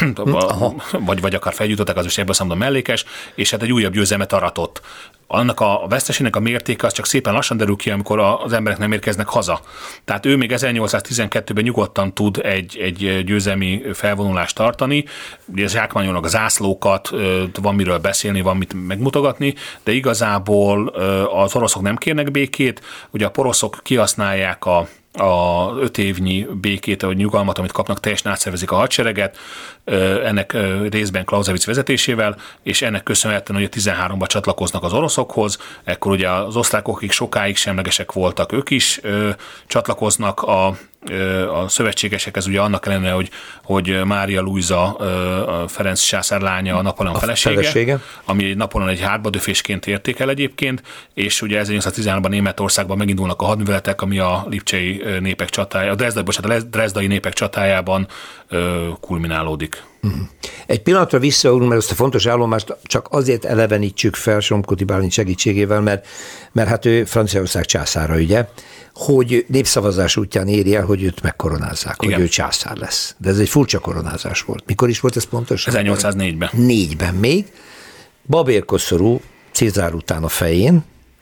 vagy, vagy akár felgyújtották, az is ebből számomra mellékes, és hát egy újabb győzelmet aratott. Annak a veszteségnek a mértéke az csak szépen lassan derül ki, amikor az emberek nem érkeznek haza. Tehát ő még ezernyolcszáztizenkettőben nyugodtan tud egy, egy győzelmi felvonulást tartani, ugye zsákmányolnak a zászlókat, van miről beszélni, van mit megmutogatni, de igazából az oroszok nem kérnek békét, ugye a poroszok kihasználják a a öt évnyi békét, vagy nyugalmat, amit kapnak, teljesen átszervezik a hadsereget, ennek részben Clausewitz vezetésével, és ennek köszönhetően, hogy a tizenháromban csatlakoznak az oroszokhoz, ekkor ugye az osztrákok, akik sokáig semlegesek voltak, ők is csatlakoznak a a szövetségesekhez, ugye annak ellenére, hogy, hogy Mária Lujza, Ferenc császár lánya, a Napóleon felesége, felesége, ami Napóleon egy hátbadöfésként értékel egyébként, és ugye ezernyolcszáztizenháromban Németországban megindulnak a hadműveletek, ami a lipcsei népek csatája, a Drezdai, bocsánat, a Drezdai népek csatájában kulminálódik. Egy pillanatra visszaugrunk, mert ezt a fontos állomást csak azért elevenítsük fel Somkoti Bálint segítségével, mert, mert hát ő Franciaország császára, ugye, hogy népszavazás útján éri el, hogy őt megkoronázzák, igen. hogy ő császár lesz. De ez egy furcsa koronázás volt. Mikor is volt ez pontosan? ezernyolcszáznégyben. Négyben még. Babérkoszorú Cézár után a fején,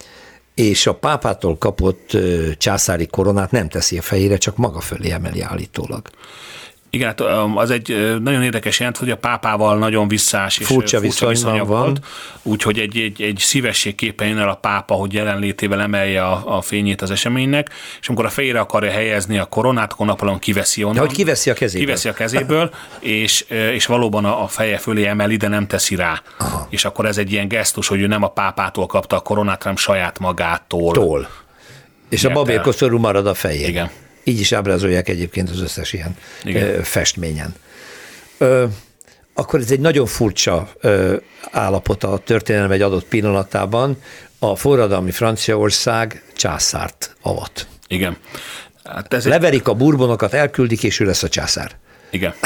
és a pápától kapott császári koronát nem teszi a fejére, csak maga fölé emeli állítólag. Igen, hát az egy nagyon érdekes jelent, hogy a pápával nagyon visszás és furcsa, furcsa viszonya van. volt, úgyhogy egy, egy, egy szívességképpen jön el a pápa, hogy jelenlétével emelje a, a fényét az eseménynek, és amikor a fejére akarja helyezni a koronát, akkor Napóleon kiveszi onnan. De hogy kiveszi a kezéből. Kiveszi a kezéből, és, és valóban a feje fölé emeli, de nem teszi rá. Aha. És akkor ez egy ilyen gesztus, hogy ő nem a pápától kapta a koronát, hanem saját magától. Tól. És a babérkoszorú marad a fején. Igen. Így is ábrázolják egyébként az összes ilyen ö, festményen. Ö, akkor ez egy nagyon furcsa ö, állapot a történelem egy adott pillanatában. A forradalmi Franciaország császárt avat. Igen. Hát ez Leverik egy... a Bourbonokat, elküldik, és ő lesz a császár. Igen.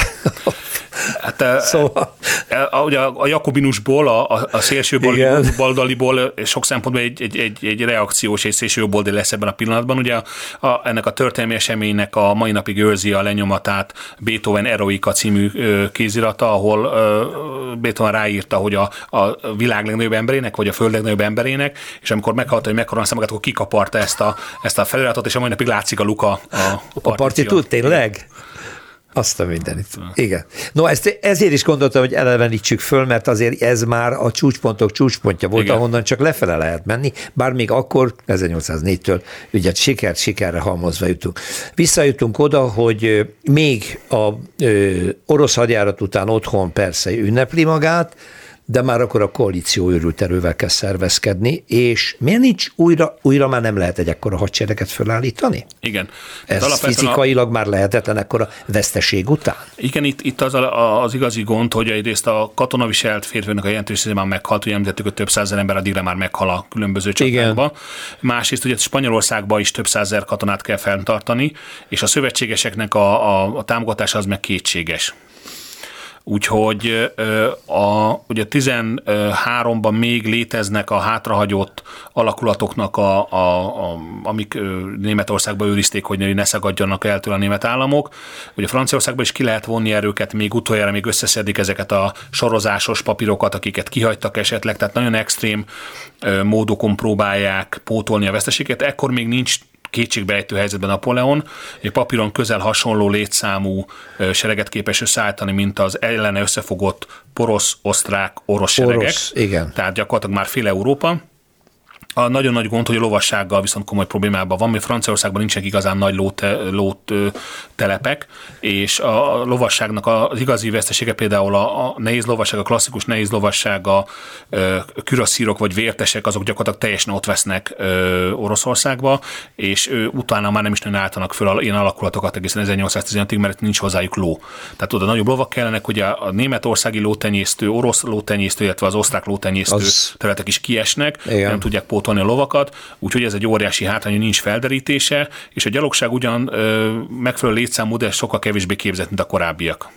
Hát, szóval... a, ugye a jakobinusból, a, a szélső baloldaliból sok szempontból egy, egy, egy, egy reakciós és szélső jobboldali lesz ebben a pillanatban. Ugye a, a, ennek a történelmi eseménynek a mai napig őrzi a lenyomatát Beethoven Eroika című kézirata, ahol Beethoven ráírta, hogy a, a világ legnagyobb emberének, vagy a föld legnagyobb emberének, és amikor meghallta, hogy mekkora a szemeket, akkor kikaparta ezt a, ezt a feliratot, és a mai napig látszik a luka a, a, a partitút. Tényleg? Azt a mindenit. Igen. No, ezt, ezért is gondoltam, hogy elevenítsük föl, mert azért ez már a csúcspontok csúcspontja volt, igen, ahonnan csak lefele lehet menni, bár még akkor, ezernyolcszáznégytől ugye sikert sikerre halmozva jutunk. Visszajutunk oda, hogy még a ö, orosz hadjárat után otthon persze ünnepli magát, de már akkor a koalíció őrült erővel kell szervezkedni, és miért nincs újra, újra már nem lehet egy ekkora hadsereget fölállítani? Igen. Ez fizikailag a... már lehetetlen ekkora veszteség után? Igen, itt, itt az a, az igazi gond, hogy egyrészt a katonaviselt férfiaknak a jelentős része már meghalt, ugye említettük, hogy több százezer ember addigra már meghal a különböző csatákban. Másrészt ugye Spanyolországban is több százezer katonát kell fenntartani, és a szövetségeseknek a, a, a támogatása az meg kétséges. Úgyhogy a, ugye tizenháromban még léteznek a hátrahagyott alakulatoknak, a, a, a, amik Németországban őrizték, hogy ne szagadjanak el tőle a német államok. Ugye Franciaországban is ki lehet vonni erőket, még utoljára még összeszedik ezeket a sorozásos papírokat, akiket kihagytak esetleg, tehát nagyon extrém módokon próbálják pótolni a veszteséget. Ekkor még nincs kétségbejtő helyzetben Napóleon, egy papíron közel hasonló létszámú sereget képes összeállítani, mint az ellene összefogott porosz, osztrák, orosz seregek. Orosz, igen. Tehát gyakorlatilag már fél Európa. A nagyon nagy gond, hogy a lovassággal viszont komoly problémában van, mert Franciaországban nincsenek igazán nagy lóte, lót telepek, és a lovasságnak az igazi vesztesége például a, a nehéz lovasság, a klasszikus nehéz lovasság, a kürasszírok vagy vértesek, azok gyakorlatilag teljesen ott vesznek ö, Oroszországba, és ö, utána már nem is nagyon álltanak föl ilyen alakulatokat egészen ezernyolcszáztizenötig, mert nincs hozzájuk ló. Tehát oda nagyobb lovak kellenek, hogy a, a németországi lótenyésztő, orosz lótenyésztő, illetve az osztrák lótenyésztő az... területek is kiesnek, igen, nem tudják pótolni a lovakat, úgyhogy ez egy óriási hátrány, hogy nincs felderítése, és a gyalogság ugyan ö, megfelelő létszámú, de sokkal kevésbé képzett, mint a korábbiak.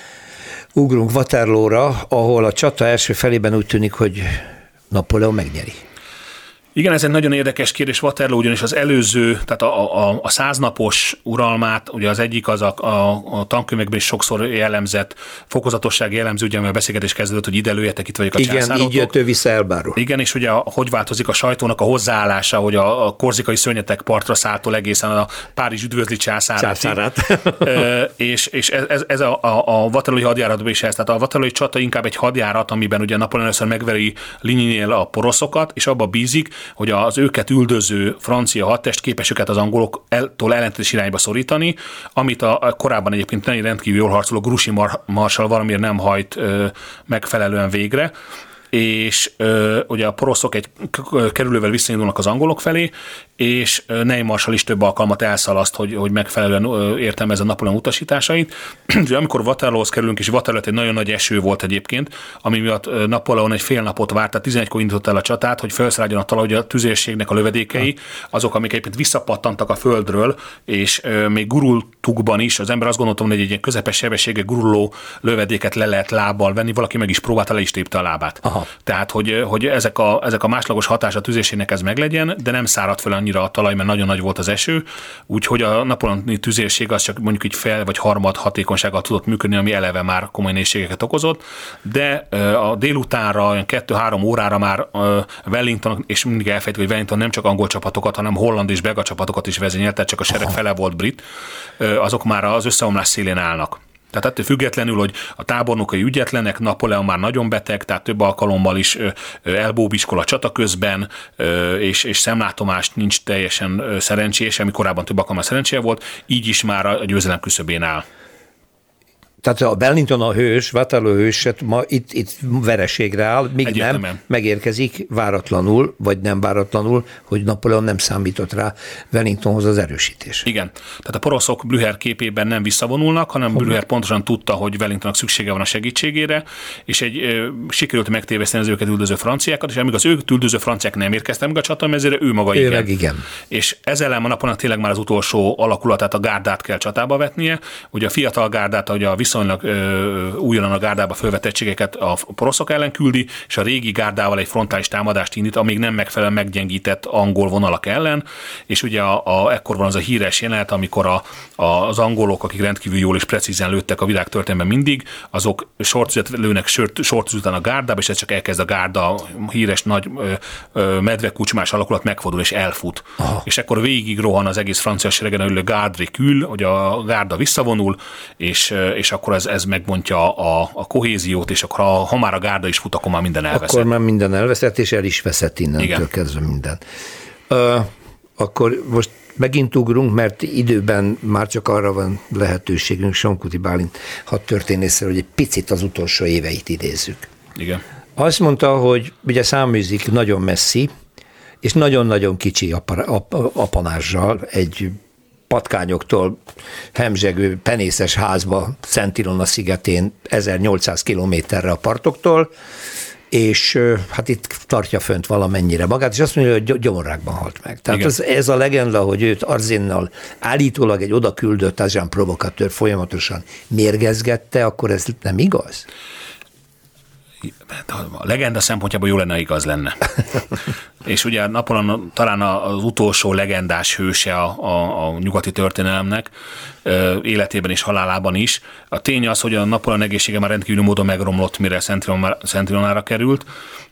Ugrunk Waterloo-ra, ahol a csata első felében úgy tűnik, hogy Napóleon megnyeri. Igen, ez egy nagyon érdekes kérdés. Waterloo ugyanis az előző, tehát a, a, a száznapos uralmát, ugye az egyik az a, a, a tankönyvekben is sokszor jellemzett fokozatosság jellemző, ugye, mert a beszélgetés kezdődött, hogy ide lőjetek, itt vagyok a igen, császárotok. Igen, így jött ő vissza Elbáról. Igen, és ugye hogy változik a sajtónak a hozzáállása, hogy a, a korzikai szörnyetek partra szálltól egészen a Párizs üdvözli császárát. Császárát. e, és és ez, ez a, a, a Waterloo-i hadjáratban is ez. Tehát a Waterloo-i csata inkább egy hadjárat, amiben ugye Napóleon először megveri Lignynél a poroszokat, és abba bízik, hogy az őket üldöző francia hadtest képes őket az angoloktól ellentétes irányba szorítani, amit a, a korábban egyébként nagyon rendkívül jól harcoló Grouchy marsall valamiért nem hajt ö, megfelelően végre, és ö, ugye a poroszok egy kerülővel visszaindulnak az angolok felé, és Ney marsall is több alkalmat elszalaszt, hogy, hogy megfelelően értelmezze Napóleon utasításait. Ugye amikor Waterloohoz kerülünk, és Waterloo egy nagyon nagy eső volt egyébként, ami miatt Napóleon egy fél napot várt, tehát tizenegykor indított el a csatát, hogy felszálljon a talaj, hogy a tüzérségnek a lövedékei, azok, amik egyébként visszapattantak a földről, és euh, még gurultukban is, az ember azt gondoltam, hogy egy ilyen közepes sebességgel guruló lövedéket le lehet lábbal venni, valaki meg is próbálta, le is tépte a lábát. Aha. Tehát, hogy, hogy ezek, a, ezek a másodlagos hatás a tüzérségnek ez meglegyen, de nem száradt fel annyira a talaj, mert nagyon nagy volt az eső, úgyhogy a napóleoni tüzérség az csak mondjuk így fel vagy harmad hatékonysággal tudott működni, ami eleve már komoly nehézségeket okozott, de a délutánra, olyan kettő-három órára már Wellington, és mindig elfejtjük, hogy Wellington nem csak angol csapatokat, hanem holland és belga csapatokat is vezényelt, tehát csak a sereg fele volt brit, azok már az összeomlás szélén állnak. Tehát ettől függetlenül, hogy a tábornokai ügyetlenek, Napóleon már nagyon beteg, tehát több alkalommal is elbóbiskol a csata közben, és, és szemlátomást nincs teljesen szerencsés, ami korábban több alkalommal szerencséje volt, így is már a győzelem küszöbén áll. Tehát a Wellington a hős, Waterloo hős, ma itt, itt vereségre áll, míg Egyértelműen. nem megérkezik váratlanul, vagy nem váratlanul, hogy Napóleon nem számított rá Wellingtonhoz az erősítés. Igen. Tehát a poroszok Blücher képében nem visszavonulnak, hanem Blücher pontosan tudta, hogy Wellingtonnak szüksége van a segítségére, és egy ö, sikerült megtéveszteni az őket üldöző franciákat, és amíg az őket üldöző franciák nem érkeztek meg a csatamezére, ő maga ő igen. Meg igen. És ezzel ellen a Napóleonnak tényleg már az utolsó alakulatát, a gárdát kell csatába vetnie. Ugye a fiatal gárdát, ahogy a viszonylag ö, újonnan a gárdába fölvetettségeket a poroszok ellen küldi, és a régi gárdával egy frontális támadást indít, amíg nem megfelelően meggyengített angol vonalak ellen, és ugye a, a, ekkor van az a híres jelenet, amikor a, a, az angolok, akik rendkívül jól és precízen lőttek a világ történelemben mindig, azok sortüzet lőnek sortüz után a gárdába, és ez csak elkezd a gárda, híres nagy ö, ö, medvekucsmás alakulat megfordul és elfut. Aha. És ekkor végig rohan az egész francia seregen ülő gárdrékül, hogy a gárda visszavonul, és, és akkor ez, ez megbontja a, a kohéziót, és akkor ha, ha már a gárda is fut, akkor már minden elveszett. Akkor már minden elveszett, és el is veszett innentől Igen. kezdve minden. Uh, akkor most megint ugrunk, mert időben már csak arra van lehetőségünk, Sonkuti Bálint hadtörténésszel, hogy egy picit az utolsó éveit idézzük. Igen. Azt mondta, hogy ugye száműzik nagyon messzi, és nagyon-nagyon kicsi apanázsal egy patkányoktól hemzsegő penészes házba Szent Ilona szigetén ezernyolcszáz kilométerre a partoktól, és hát itt tartja fönt valamennyire magát, és azt mondja, hogy gyomorrákban halt meg. Tehát az, ez a legenda, hogy őt Arzénnal állítólag egy oda küldött agent provokatőr folyamatosan mérgezgette, akkor ez nem igaz? A legenda szempontjából jó lenne, igaz lenne. És ugye Napóleon talán az utolsó legendás hőse a, a, a nyugati történelemnek, életében és halálában is. A tény az, hogy a Napóleon egészsége már rendkívül módon megromlott, mire Szent Ilonára került,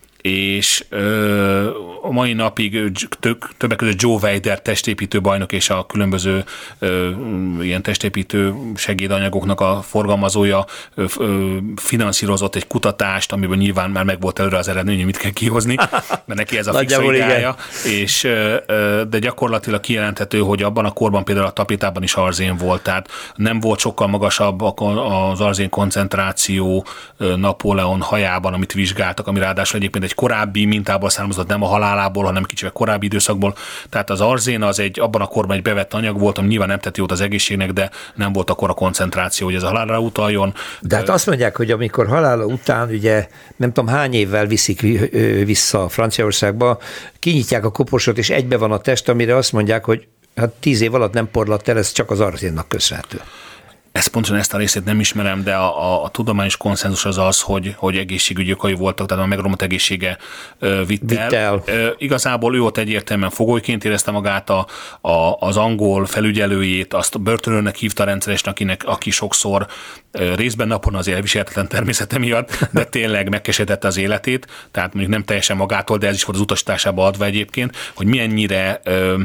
és ö, a mai napig tök, többek között Joe Weider testépítő bajnok és a különböző ö, ilyen testépítő segédanyagoknak a forgalmazója ö, ö, finanszírozott egy kutatást, amiben nyilván már megvolt előre az eredmény, hogy mit kell kihozni, mert neki ez a fix idája, és ö, de gyakorlatilag kijelenthető, hogy abban a korban például a tapétában is arzén volt, tehát nem volt sokkal magasabb az arzén koncentráció Napóleon hajában, amit vizsgáltak, ami ráadásul egyébként egy korábbi mintából származott, nem a halálából, hanem kicsivel korábbi időszakból. Tehát az arzén az egy abban a korban egy bevett anyag volt, ami nyilván nem tett jót az egészségnek, de nem volt akkor a koncentráció, hogy ez a halálra utaljon. De hát azt mondják, hogy amikor halála után, ugye nem tudom hány évvel viszik vissza Franciaországba, kinyitják a koporsot, és egybe van a test, amire azt mondják, hogy hát tíz év alatt nem porlatt el, ez csak az arzénnak köszönhető. Ezt pontosan ezt a részét nem ismerem, de a, a, a tudományos konszenzus az az, hogy, hogy egészségügyi okai voltak, tehát a megromlott egészsége ö, vitt el. el. Ö, igazából ő ott egyértelműen fogolyként érezte magát, a, a, az angol felügyelőjét, azt a börtönőrnek hívta rendszeresen, akinek, aki sokszor ö, részben napon az elviselhetetlen természete miatt, de tényleg megkeserítette az életét, tehát mondjuk nem teljesen magától, de ez is volt az utasításába adva egyébként, hogy milyennyire ö,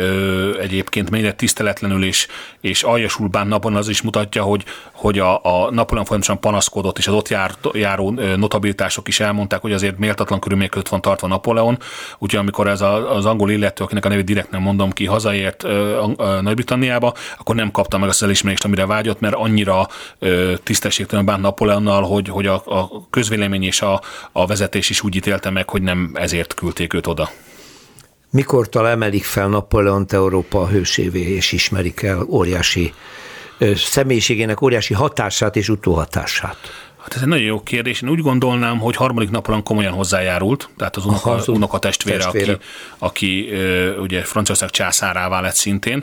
ö, egyébként mennyire tiszteletlenül és, és aljasul bán napon, az is mutatja, hogy, hogy a, a Napóleon folyamatosan panaszkodott, és az ott jár, járó notabilitások is elmondták, hogy azért méltatlan körülmények között van tartva Napóleon, úgyhogy amikor ez a, az angol illető, akinek a nevét direkt nem mondom ki, hazaért Nagy-Britanniába, akkor nem kapta meg azt az elismerést, amire vágyott, mert annyira ö, tisztességtelen bánt Napóleonnal, hogy, hogy a, a közvélemény és a, a vezetés is úgy ítélte meg, hogy nem ezért küldték őt oda. Mikortól emelik fel Napóleont Európa hősévé, és ismerik el óriási személyiségének óriási hatását és utóhatását? Hát ez egy nagyon jó kérdés. Én úgy gondolnám, hogy harmadik Napóleon komolyan hozzájárult, tehát az unoka, az unoka testvére, testvére, aki, aki ugye Franciaország császárává lett szintén.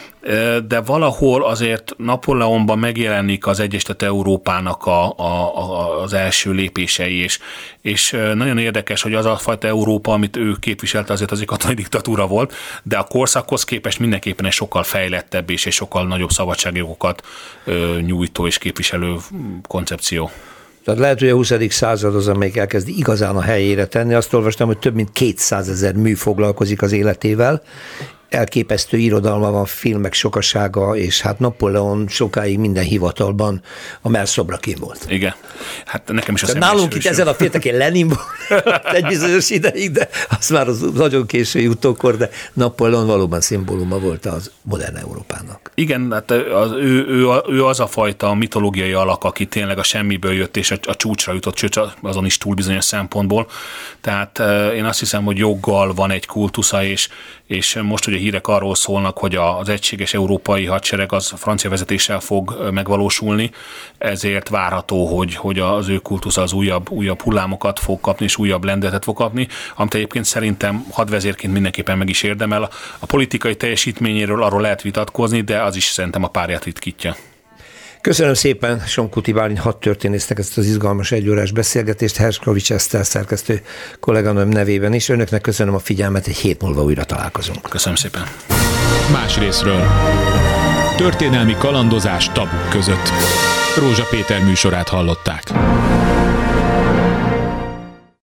De valahol azért Napóleonban megjelenik az Egyesített Európának a, a, az első lépései, és, és nagyon érdekes, hogy az a fajta Európa, amit ő képviselte, azért az egy katonai diktatúra volt, de a korszakhoz képest mindenképpen egy sokkal fejlettebb és egy sokkal nagyobb szabadságjogokat nyújtó és képviselő koncepció. Tehát lehet, hogy a huszadik század az, amelyik elkezdi igazán a helyére tenni. Azt olvastam, hogy több mint kétszázezer mű foglalkozik az életével, elképesztő irodalma van, filmek sokasága, és hát Napóleon sokáig minden hivatalban a mellszobra kín volt. Igen. Hát nekem is a nálunk itt ezen a féltekén Lenin volt egy bizonyos ideig, de az már az nagyon késői utókor, de Napóleon valóban szimbóluma volt az modern Európának. Igen, hát az, ő, ő, ő az a fajta mitológiai alak, aki tényleg a semmiből jött, és a, a csúcsra jutott, sőt azon is túl bizonyos szempontból. Tehát én azt hiszem, hogy joggal van egy kultusza, és, és most ugye hírek arról szólnak, hogy az egységes európai hadsereg az francia vezetéssel fog megvalósulni, ezért várható, hogy, hogy az ő kultusza az újabb, újabb hullámokat fog kapni, és újabb lendületet fog kapni, amit egyébként szerintem hadvezérként mindenképpen meg is érdemel. A politikai teljesítményéről arról lehet vitatkozni, de az is szerintem a párját ritkítja. Köszönöm szépen Sonkuti Bálint hadtörténésznek ezt az izgalmas egyórás beszélgetést, Herskovics Eszter szerkesztő kolléganőm nevében is. Önöknek köszönöm a figyelmet, egy hét múlva újra találkozunk. Köszönöm szépen. Más részről. Történelmi kalandozás tabuk között. Rózsa Péter műsorát hallották.